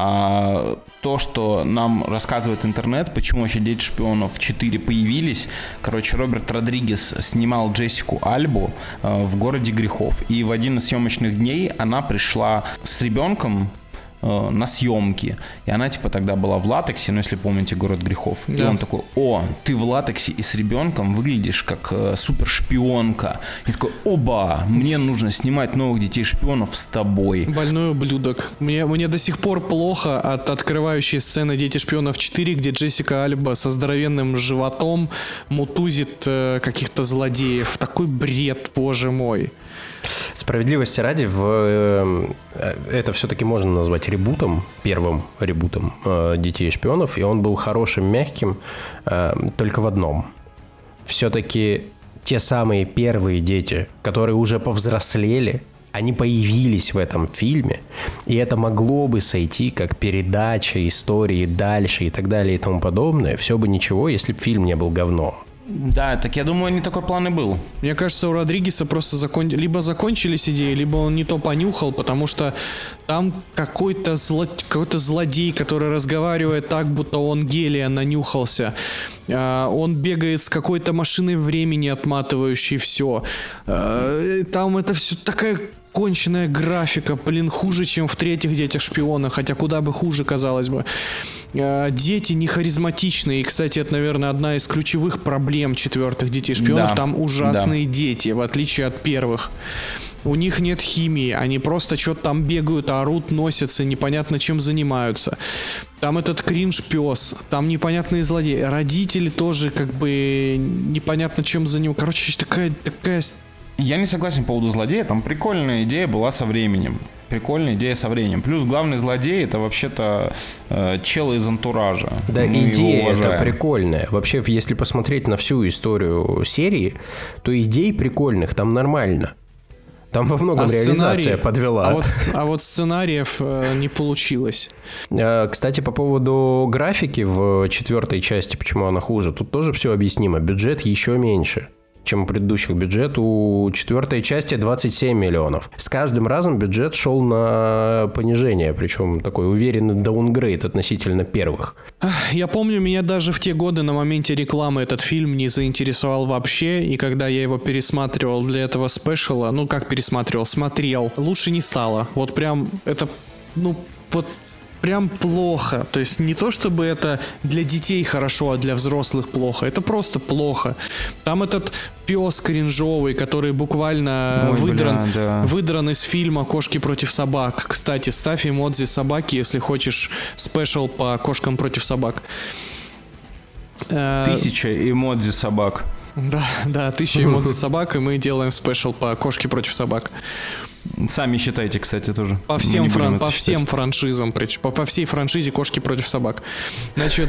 то, что нам рассказывает интернет, почему вообще «Дети шпионов 4» появились. Короче, Роберт Родригес снимал Джессику Альбу в «Городе грехов». И в один из съемочных дней она пришла с ребенком на съемки. И она типа тогда была в латексе, ну если помните «Город грехов». Да. И он такой: о, ты в латексе и с ребенком выглядишь как супершпионка. И такой: оба, мне нужно снимать новых детей шпионов с тобой. Больной ублюдок. Мне до сих пор плохо от открывающей сцены «Дети шпионов 4», где Джессика Альба со здоровенным животом мутузит каких-то злодеев. Такой бред, боже мой. Справедливости ради, это все-таки можно назвать ребутом, первым ребутом «Детей шпионов», и он был хорошим, мягким, только в одном. Все-таки те самые первые дети, которые уже повзрослели, они появились в этом фильме, и это могло бы сойти как передача истории дальше и так далее и тому подобное. Все бы ничего, если бы фильм не был говном. Да, так я думаю, не такой план и был. Мне кажется, у Родригеса просто либо закончились идеи, либо он не то понюхал, потому что там какой-то злодей, который разговаривает так, будто он гелия нанюхался. Он бегает с какой-то машиной времени, отматывающей все. Там это все такая конченая графика, блин, хуже, чем в третьих «Детях шпионах», хотя куда бы хуже, казалось бы. Дети не харизматичные, и, кстати, это, наверное, одна из ключевых проблем четвертых «Детей шпионов». Да, там ужасные дети, в отличие от первых. У них нет химии, они просто что-то там бегают, орут, носятся, непонятно чем занимаются. Там этот кринж-пес, там непонятные злодеи. Родители тоже как бы непонятно чем занимаются. Короче, такая... Я не согласен по поводу злодея, там прикольная идея была со временем. Прикольная идея со временем. Плюс главный злодей — это вообще-то чел из «Антуража». Да, мы идея это прикольная. Вообще, если посмотреть на всю историю серии, то идей прикольных там нормально. Там во многом реализация подвела. А вот сценариев не получилось. Кстати, по поводу графики в четвертой части, почему она хуже, тут тоже все объяснимо. Бюджет еще меньше, чем у предыдущих. Бюджет у четвертой части 27 миллионов. С каждым разом бюджет шел на понижение, причем такой уверенный даунгрейд относительно первых. Я помню, меня даже в те годы на моменте рекламы этот фильм не заинтересовал вообще, и когда я его пересматривал для этого спешала, ну как пересматривал, смотрел, лучше не стало. Вот прям это, прям плохо. То есть не то, чтобы это для детей хорошо, а для взрослых плохо. Это просто плохо. Там этот пес кринжовый, который буквально выдран из фильма «Кошки против собак». Кстати, ставь эмодзи собаки, если хочешь спешл по «Кошкам против собак». 1000 эмодзи собак. Да, 1000 эмодзи собак, и мы делаем спешл по «Кошки против собак». Сами считайте, кстати, тоже. По всем франшизам, по всей франшизе «Кошки против собак». Значит,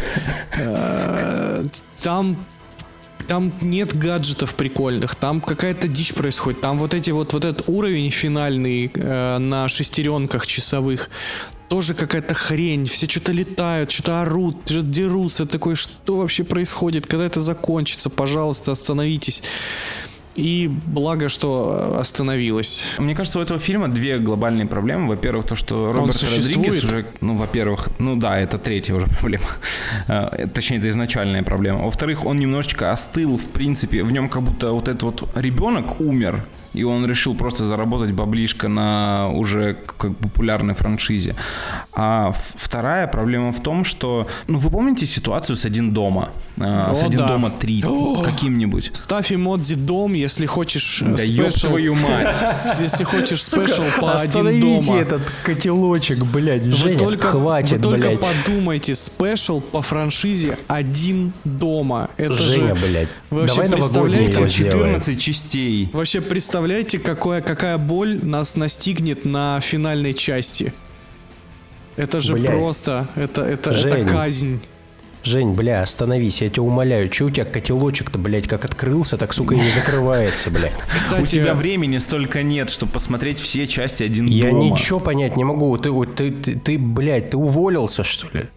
там нет гаджетов прикольных, там какая-то дичь происходит, там вот этот уровень финальный на шестеренках часовых, тоже какая-то хрень, все что-то летают, что-то орут, что-то дерутся, такой, что вообще происходит, когда это закончится, пожалуйста, остановитесь. И благо, что остановилось. Мне кажется, у этого фильма две глобальные проблемы. Во-первых, то, что Роберт Родригес уже... это третья уже проблема. Точнее, это изначальная проблема. Во-вторых, он немножечко остыл, в принципе. В нем как будто вот этот вот ребенок умер. и он решил просто заработать баблишко на уже как популярной франшизе. А вторая проблема в том, что... Ну, вы помните ситуацию с «Один дома»? С «Один дома 3» каким-нибудь? Ставь эмодзи «Дом», если хочешь Да ёб твою мать! Если хочешь спешл по «Один Остановите дома». этот котелочек, блядь, Женя, хватит, вы только блядь. подумайте, спешл по франшизе «Один дома». Это Женя, же... блядь, Вы вообще давай новогодний представляете, его сделаем. 14 частей. Вообще представляете, какая боль нас настигнет на финальной части? Это же Блядь. просто... Это Жень. казнь. Жень, бля, остановись, я тебя умоляю. Че у тебя котелочек-то, блядь, как открылся, так, сука, и не закрывается, блядь. Кстати, У тебя времени столько нет, чтобы посмотреть все части «Один Я дома». ничего понять не могу. Ты, блядь, ты уволился, что ли?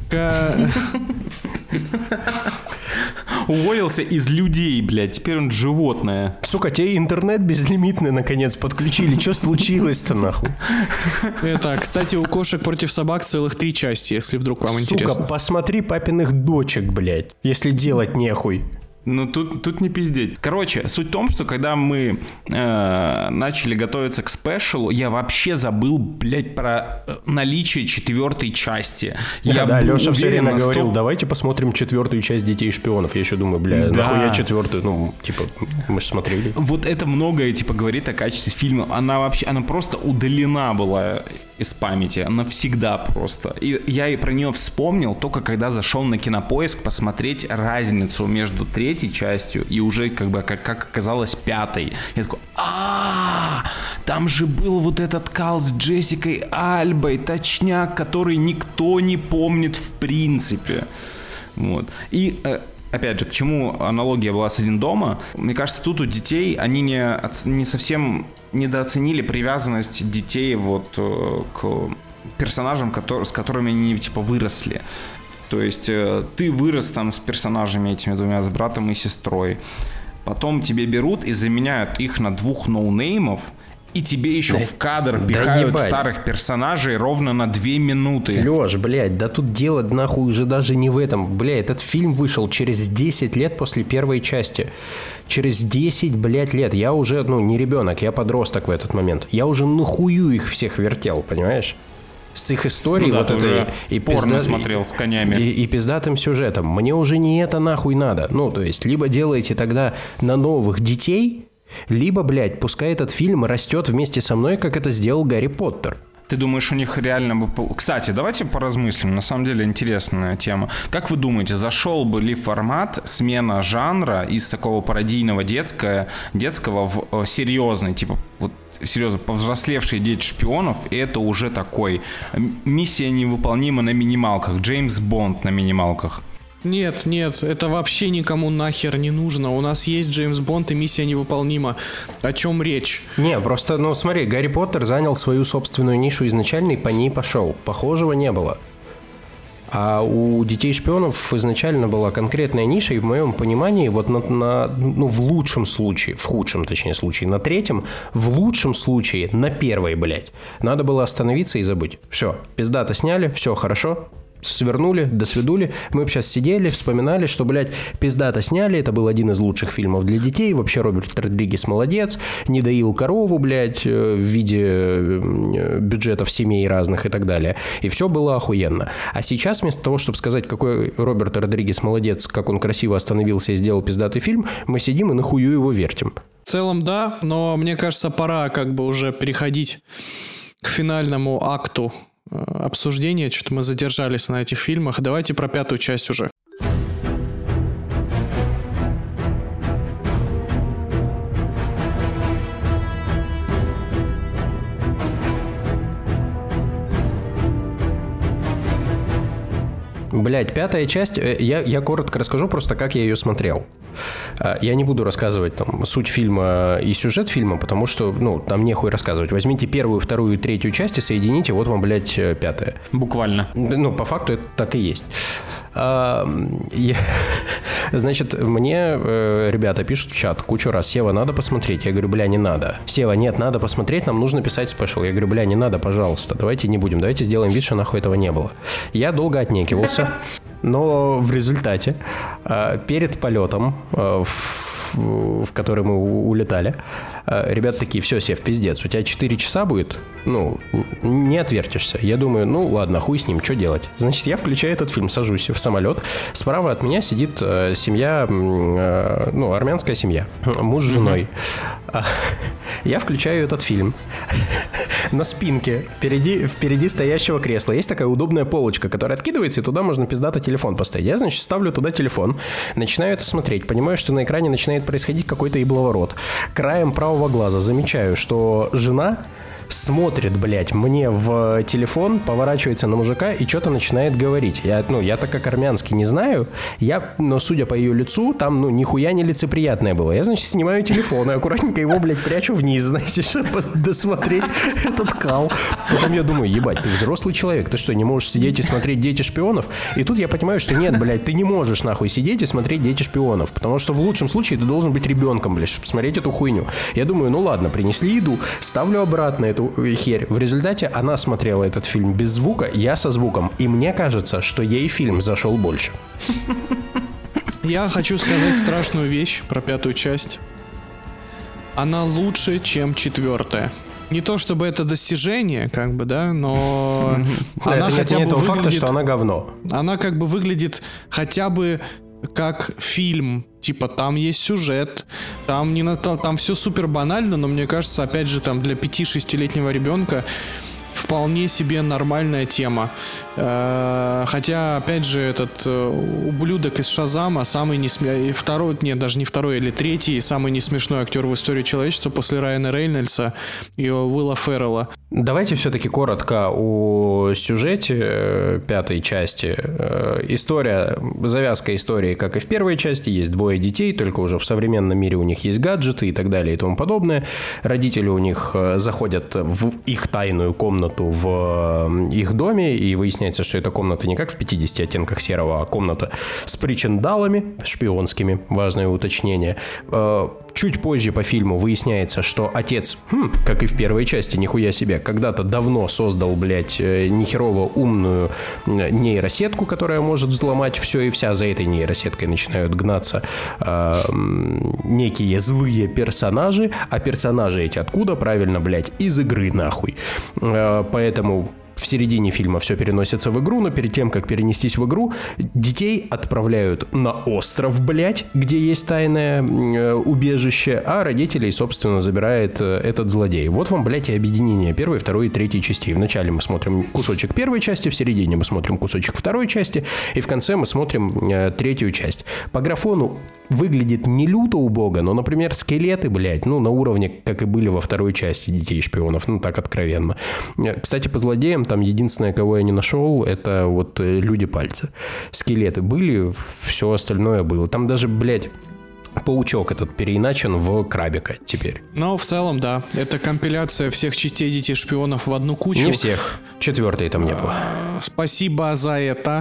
Уволился из людей, блядь. Теперь он животное. Сука, тебе интернет безлимитный наконец подключили. Что случилось-то, нахуй? Это, кстати, у «Кошек против собак» целых 3 части, если вдруг вам интересно. Сука, посмотри папиных дочек, блядь, если делать нехуй. Ну, тут не пиздеть. Короче, суть в том, что когда мы начали готовиться к спешалу, я вообще забыл, блядь, про наличие 4-й части. Я Да, был Леша все уверен время на 100%. говорил, давайте посмотрим 4-ю часть «Детей шпионов». Я еще думаю, бля, Да. нахуя 4-ю? Ну, типа, мы же смотрели. Вот это многое, типа, говорит о качестве фильма. Она просто удалена была из памяти. Она всегда просто. И я и про нее вспомнил только когда зашел на Кинопоиск посмотреть разницу между 3-й частью и уже, как бы, как оказалось, 5-й. Я такой, там же был вот этот кал с Джессикой Альбой, точняк, который никто не помнит в принципе. Вот. И... Опять же, к чему аналогия была с «Один дома»? Мне кажется, тут у детей они не совсем недооценили привязанность детей вот к персонажам, с которыми они типа выросли. То есть ты вырос там с персонажами этими двумя, с братом и сестрой. Потом тебе берут и заменяют их на 2 ноунеймов, и тебе еще в кадр пихают старых персонажей ровно на 2 минуты. Лёш, блядь, да тут дело нахуй уже даже не в этом. Бля, этот фильм вышел через 10 лет после первой части. Через 10, блядь, лет. Я уже, не ребенок, я подросток в этот момент. Я уже нахую их всех вертел, понимаешь? С их историей да, вот этой и порно смотрел с конями. И пиздатым сюжетом. Мне уже не это нахуй надо. Ну, то есть, либо делайте тогда на новых детей... Либо, блядь, пускай этот фильм растет вместе со мной, как это сделал Гарри Поттер. Ты думаешь, у них реально бы... Кстати, давайте поразмыслим. На самом деле интересная тема. Как вы думаете, зашел бы ли формат смена жанра из такого пародийного детского в серьезный, типа вот серьезно, повзрослевшие дети шпионов, и это уже такой миссия невыполнима на минималках, Джеймс Бонд на минималках? Нет, это вообще никому нахер не нужно. У нас есть Джеймс Бонд и миссия невыполнима. О чем речь? Не, просто, смотри, Гарри Поттер занял свою собственную нишу изначально и по ней пошел. Похожего не было. А у детей шпионов изначально была конкретная ниша, и в моем понимании, вот в лучшем случае, в худшем, точнее, случае, на 3-м, в лучшем случае, на 1-й, блядь, надо было остановиться и забыть. Все, пиздато сняли, все хорошо. Свернули, досвидули. Мы бы сейчас сидели, вспоминали, что, блядь, пиздато сняли. Это был один из лучших фильмов для детей. Вообще Роберт Родригес молодец. Не доил корову, блядь, в виде бюджетов семей разных и так далее. И все было охуенно. А сейчас вместо того, чтобы сказать, какой Роберт Родригес молодец, как он красиво остановился и сделал пиздатый фильм, мы сидим и нахую его вертим. В целом, да, но мне кажется, пора как бы уже переходить к финальному акту обсуждения. Что-то мы задержались на этих фильмах. Давайте про 5-ю часть уже. Блять, 5-я часть, я коротко расскажу просто, как я ее смотрел. Я не буду рассказывать там суть фильма и сюжет фильма, потому что, там нехуй рассказывать. Возьмите 1-ю, 2-ю и 3-ю части, соедините, вот вам, блядь, 5-я. Буквально. По факту это так и есть. Значит, мне ребята пишут в чат кучу раз: Сева, надо посмотреть. Я говорю, бля, не надо. Сева, нет, надо посмотреть, нам нужно писать спешл. Я говорю, бля, не надо, пожалуйста, давайте не будем, давайте сделаем вид, что нахуй этого не было. Я долго отнекивался, но в результате перед полетом, в который мы улетали, Ребята такие, все, Сев, пиздец, у тебя 4 часа будет, ну, не отвертишься. Я думаю, ну, ладно, хуй с ним, что делать? Значит, я включаю этот фильм, сажусь в самолет. Справа от меня сидит семья, ну, армянская семья, муж с женой. Я включаю этот фильм. На спинке впереди стоящего кресла есть такая удобная полочка, которая откидывается, и туда можно пиздато телефон поставить. Я, значит, ставлю туда телефон, начинаю это смотреть, понимаю, что на экране начинает происходить какой-то ебловорот. Краем правого глаза замечаю, что жена смотрит, блядь, мне в телефон, поворачивается на мужика и что-то начинает говорить. Я так как армянский не знаю, но судя по ее лицу, там, ну, нихуя не лицеприятное было. Я, значит, снимаю телефон и аккуратненько его, блядь, прячу вниз, знаете, чтобы досмотреть этот кал. Потом я думаю, ебать, ты взрослый человек, ты что, не можешь сидеть и смотреть «Дети шпионов»? И тут я понимаю, что нет, блядь, ты не можешь нахуй сидеть и смотреть «Дети шпионов», потому что в лучшем случае ты должен быть ребенком, блядь, чтобы смотреть эту хуйню. Я думаю, ну ладно, принесли еду, ставлю обратно эту херь. В результате она смотрела этот фильм без звука, я со звуком. И мне кажется, что ей фильм зашел больше. Я хочу сказать страшную вещь про 5-ю часть. Она лучше, чем 4-я. Не то чтобы это достижение, как бы, да, но она хотя бы выглядит... факта, что она говно. Она как бы выглядит хотя бы как фильм. Типа, там есть сюжет, там все супер банально, но мне кажется, опять же, там для 5-6-летнего ребенка вполне себе нормальная тема. Хотя, опять же, этот ублюдок из Шазама, самый даже не второй или третий, самый несмешной актер в истории человечества после Райана Рейнольдса и Уилла Феррелла. Давайте все-таки коротко о сюжете 5-й части. Завязка истории, как и в первой части, есть 2 детей, только уже в современном мире у них есть гаджеты и так далее и тому подобное. Родители у них заходят в их тайную комнату в их доме, и выясняется, что эта комната не как в 50 оттенках серого, а комната с причиндалами шпионскими, важное уточнение. Чуть позже по фильму выясняется, что отец, как и в первой части, нихуя себе, когда-то давно создал, блядь, нехерово умную нейросетку, которая может взломать все и вся. За этой нейросеткой начинают гнаться некие злые персонажи. А персонажи эти откуда? Правильно, блядь, из игры нахуй. Поэтому... В середине фильма все переносится в игру, но перед тем, как перенестись в игру, детей отправляют на остров, блядь, где есть тайное убежище, а родителей, собственно, забирает этот злодей. Вот вам, блядь, и объединение 1, 2 и 3 частей. Вначале мы смотрим кусочек 1 части, в середине мы смотрим кусочек 2 части, и в конце мы смотрим 3 часть. По графону выглядит не люто убого, но, например, скелеты, блядь, ну, на уровне, как и были во 2 части «Детей шпионов», ну, так откровенно. Кстати, по злодеям там единственное, кого я не нашел, это вот люди-пальцы. Скелеты были, все остальное было. Там даже, блядь, паучок этот переиначен в крабика теперь. Ну, в целом, да. Это компиляция всех частей «Детей шпионов» в одну кучу. Не всех. 4-й там не было. Спасибо за это.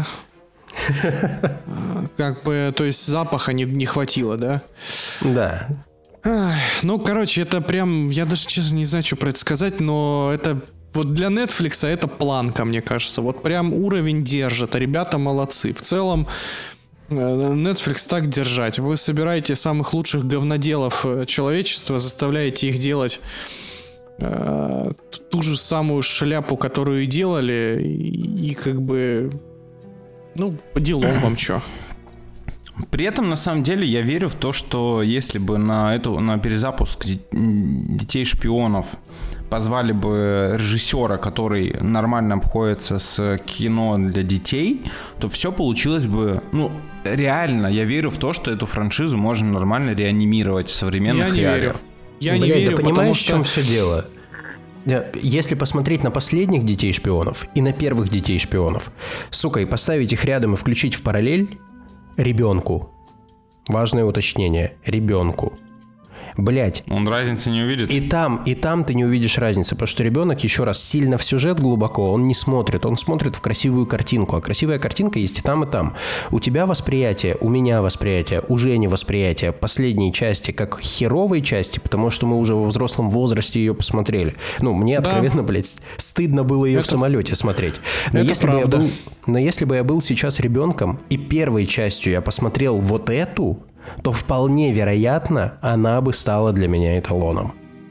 Как бы, то есть запаха не хватило, да? Да. Ну, короче, это прям... Я даже, честно, не знаю, что про это сказать, но это... Вот для Netflix это планка, мне кажется. Вот прям уровень держит, а ребята молодцы. В целом, Netflix так держать. Вы собираете самых лучших говноделов человечества, заставляете их делать ту же самую шляпу, которую и делали, и как бы... Ну, по делам вам чё. При этом, на самом деле, я верю в то, что если бы на перезапуск «Детей шпионов» позвали бы режиссера, который нормально обходится с кино для детей, то все получилось бы... Ну, реально, я верю в то, что эту франшизу можно нормально реанимировать в современных реалиях. Я не верю, да понимаешь, в чем все дело? Если посмотреть на последних «Детей шпионов» и на первых «Детей шпионов», сука, и поставить их рядом и включить в параллель, ребенку, важное уточнение, ребенку, блять. Он разницы не увидит. И там ты не увидишь разницы, потому что ребенок, еще раз, сильно в сюжет глубоко он не смотрит, он смотрит в красивую картинку, а красивая картинка есть и там, и там. У тебя восприятие, у меня восприятие, у Жени восприятие последней части как херовой части, потому что мы уже во взрослом возрасте ее посмотрели. Ну, мне откровенно, блядь, стыдно было ее в самолете смотреть. Но это правда. Но если бы я был сейчас ребенком, и первой частью я посмотрел вот эту, то вполне вероятно, она бы стала для меня эталоном.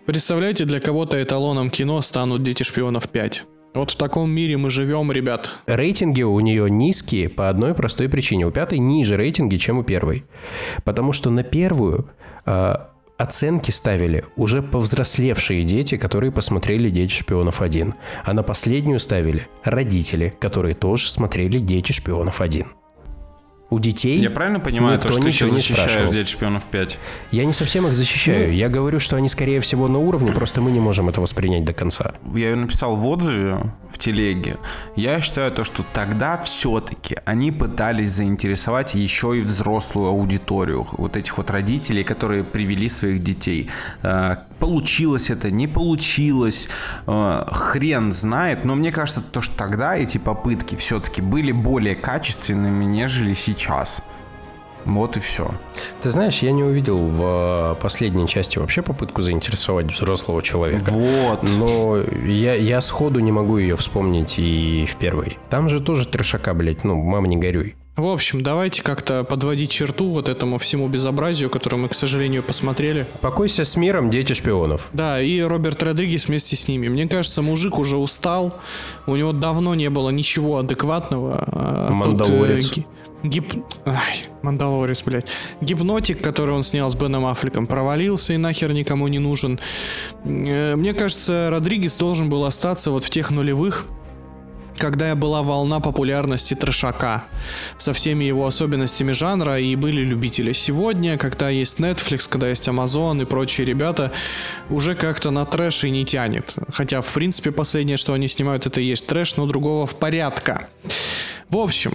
Представляете, для кого-то эталоном кино станут «Дети шпионов 5». Вот в таком мире мы живем, ребят. Рейтинги у нее низкие по одной простой причине. У пятой ниже рейтинги, чем у первой. Потому что на первую оценки ставили уже повзрослевшие дети, которые посмотрели «Дети шпионов 1». А на последнюю ставили родители, которые тоже смотрели «Дети шпионов 1». У детей я правильно понимаю, никто то, что ты ничего сейчас не защищаешь спрашивал. «Дети шпионов 5»? Я не совсем их защищаю. Я говорю, что они, скорее всего, на уровне, просто мы не можем это воспринять до конца. Я ее написал в отзыве в телеге. Я считаю то, что тогда все-таки они пытались заинтересовать еще и взрослую аудиторию. Вот этих вот родителей, которые привели своих детей. Получилось это, не получилось, хрен знает. Но мне кажется, то, что тогда эти попытки все-таки были более качественными, нежели сейчас. Вот и все. Ты знаешь, я не увидел в последней части вообще попытку заинтересовать взрослого человека. Вот. Но я сходу не могу ее вспомнить и в первой. Там же тоже трешака, блядь, мам, не горюй. В общем, давайте как-то подводить черту вот этому всему безобразию, которое мы, к сожалению, посмотрели. Покойся с миром, «Дети шпионов». Да, и Роберт Родригес вместе с ними. Мне кажется, мужик уже устал. У него давно не было ничего адекватного. «Мандалорец». «Мандалорец», блядь. «Гипнотик», который он снял с Беном Аффлеком, провалился и нахер никому не нужен. Мне кажется, Родригес должен был остаться вот в тех нулевых, когда была волна популярности трэшака со всеми его особенностями жанра, и были любители. Сегодня, когда есть Netflix, когда есть Amazon и прочие ребята, уже как-то на трэш и не тянет. Хотя, в принципе, последнее, что они снимают, это и есть трэш, но другого в порядка. В общем,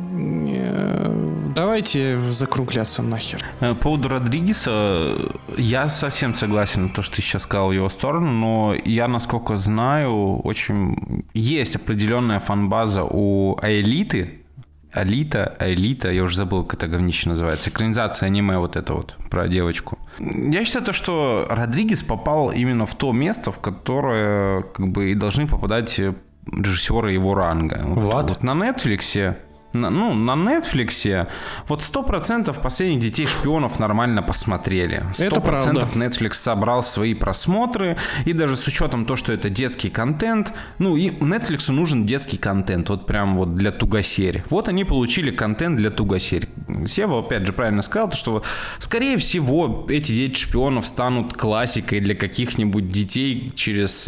давайте закругляться нахер. По поводу Родригеса, я совсем согласен на то, что ты сейчас сказал в его сторону, но я, насколько знаю, очень есть определенная фан-база у Аэлиты. Алита, я уже забыл, как это говнище называется. Экранизация аниме вот это вот, про девочку. Я считаю, что Родригес попал именно в то место, в которое как бы и должны попадать режиссеры его ранга. Вот на Netflix... на Netflix вот 100% последних «Детей шпионов» нормально посмотрели. 100% Netflix собрал свои просмотры, и даже с учетом того, что это детский контент, и Netflix нужен детский контент, вот прям вот для тугосерь. Вот они получили контент для тугосерь. Сева, опять же, правильно сказал, что, скорее всего, эти «Дети шпионов» станут классикой для каких-нибудь детей через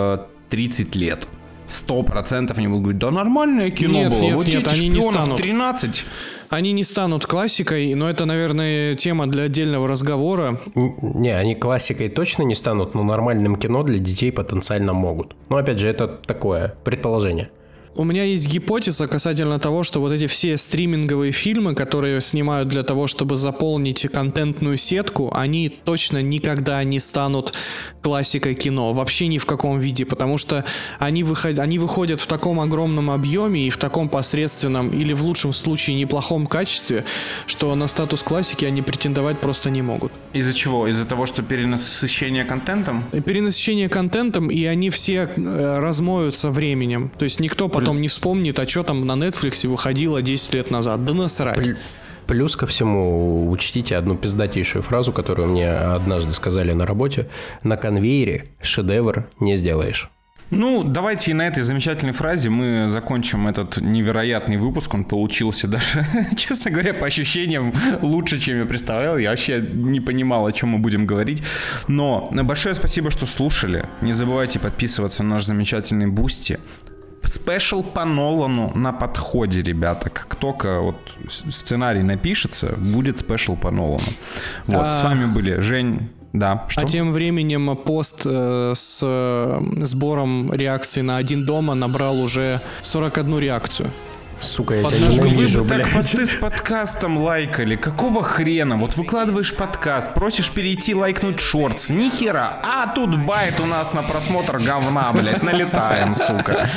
30 лет. 100% они будут говорить, да нормальное кино было. Вот «Дети шпионов» 13. Они не станут классикой, но это, наверное, тема для отдельного разговора. Не, они классикой точно не станут, но нормальным кино для детей потенциально могут. Но опять же, это такое предположение. У меня есть гипотеза касательно того, что вот эти все стриминговые фильмы, которые снимают для того, чтобы заполнить контентную сетку, они точно никогда не станут классикой кино. Вообще ни в каком виде, потому что они выходят в таком огромном объеме и в таком посредственном, или в лучшем случае неплохом качестве, что на статус классики они претендовать просто не могут. Из-за чего? Из-за того, что перенасыщение контентом? Перенасыщение контентом, и они все размоются временем. То есть никто потом не вспомнит, а что там на Netflix выходило 10 лет назад. Да насрать. Плюс ко всему, учтите одну пиздатейшую фразу, которую мне однажды сказали на работе. На конвейере шедевр не сделаешь. Давайте и на этой замечательной фразе мы закончим этот невероятный выпуск. Он получился даже, честно говоря, по ощущениям лучше, чем я представлял. Я вообще не понимал, о чем мы будем говорить. Но большое спасибо, что слушали. Не забывайте подписываться на наш замечательный Бусти. Спешл по Нолану на подходе, ребята. Как только вот сценарий напишется, будет спешл по Нолану. Вот, с вами были Жень. Да, что? А тем временем пост с сбором реакций на «Один дома» набрал уже 41 реакцию. Сука, я тебя ненавижу, блядь. Так посты с подкастом лайкали. Какого хрена? Вот выкладываешь подкаст, просишь перейти лайкнуть шортс. Ни хера. А тут байт у нас на просмотр говна, блядь. Налетаем, сука.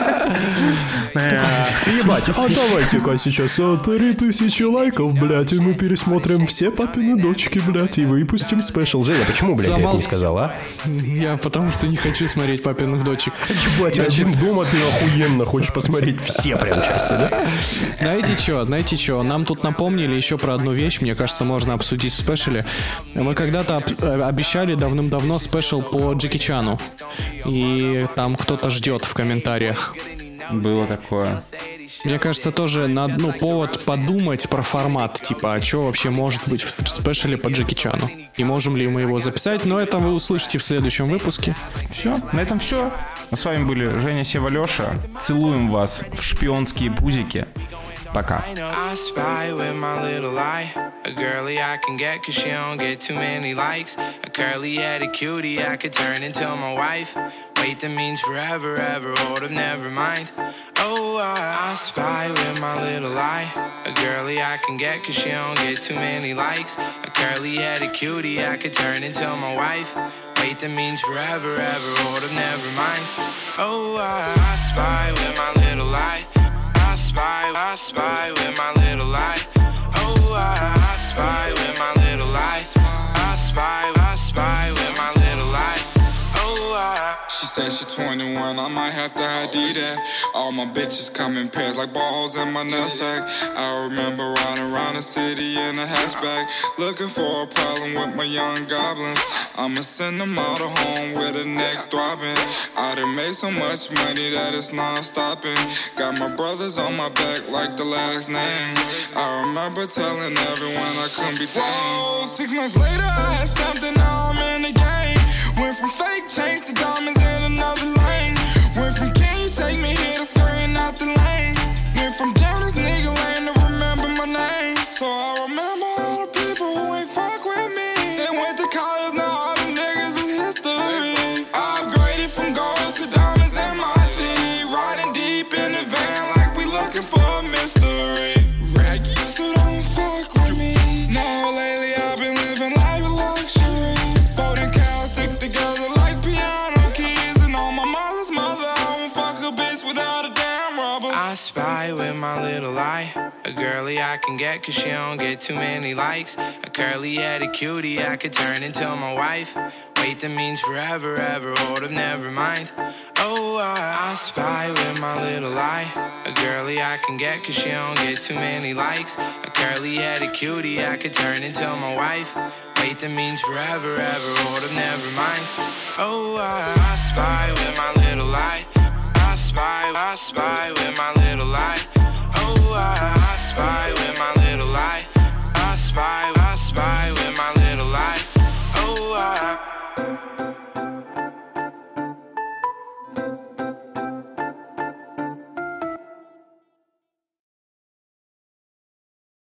Ебать, а давайте-ка сейчас 3000 лайков, блядь, и мы пересмотрим все папины дочки, блядь, и выпустим спешл. Женя, почему, блядь, я это не сказал, а? Я потому что не хочу смотреть папиных дочек. Ебать, «Один дома» ты охуенно хочешь посмотреть все прям части. да? Знаете что? Нам тут напомнили еще про одну вещь, мне кажется, можно обсудить в спешле. Мы когда-то обещали давным-давно спешл по Джеки Чану. И там кто-то ждет в комментариях. Было такое. Мне кажется, тоже повод подумать про формат, типа, а что вообще может быть в спешле по Джеки Чану? И можем ли мы его записать? Но это вы услышите в следующем выпуске. Все, на этом все. С вами были Женя, Сева, Леша. Целуем вас в шпионские пузики. Пока. I spy with my little eye. A girly I can get cause she don't get too many likes. A curly-headed cutie I could turn into my wife. Wait, that means forever, ever, hold up, never mind. Oh, I spy with my little eye. A girly I can get cause she don't get too many likes. A curly-headed cutie I could turn into my wife. Wait, that means forever, ever, hold up, never mind. Oh, I spy with my little eye. I spy with my little eye. Oh, I spy with my little eye. I spy with my little eye. Oh, She said she 21, I might have to ID that. All my bitches come in pairs like balls in my nutsack. I remember riding around the city in a hatchback, looking for a problem with my young goblins. I'ma send them all to home with a neck throbbing. I done made so much money that it's non-stopping. Got my brothers on my back like the last name. I remember telling everyone I couldn't be tamed. Whoa, 6 months later I had stamped and now I'm in the game. Went from fake chains to diamonds in another lane. Went from can you take me here to scurrying out the lane. Went from down this nigga lane to remember my name. So I remember all the people who ain't fuck with me. They went to college, now all them niggas is history. I upgraded from gold to diamonds in my teeth. Riding deep in the van like we looking for a mystery. Raggy, so don't fuck with me. Now lately I've been living life of luxury. Boating cows stick together like piano keys. And on my mother's mother, I won't fuck a bitch without a damn rubber. I spy with my little eye. A girly I can get cause she don't get too many likes. A curly-headed cutie I could turn into my wife. Wait, that means forever, ever, hold up, never mind. Oh, I spy with my little eye. A girly I can get cause she don't get too many likes. A curly-headed cutie I could turn into my wife. Wait, that means forever, ever, hold up, never mind. Oh, I spy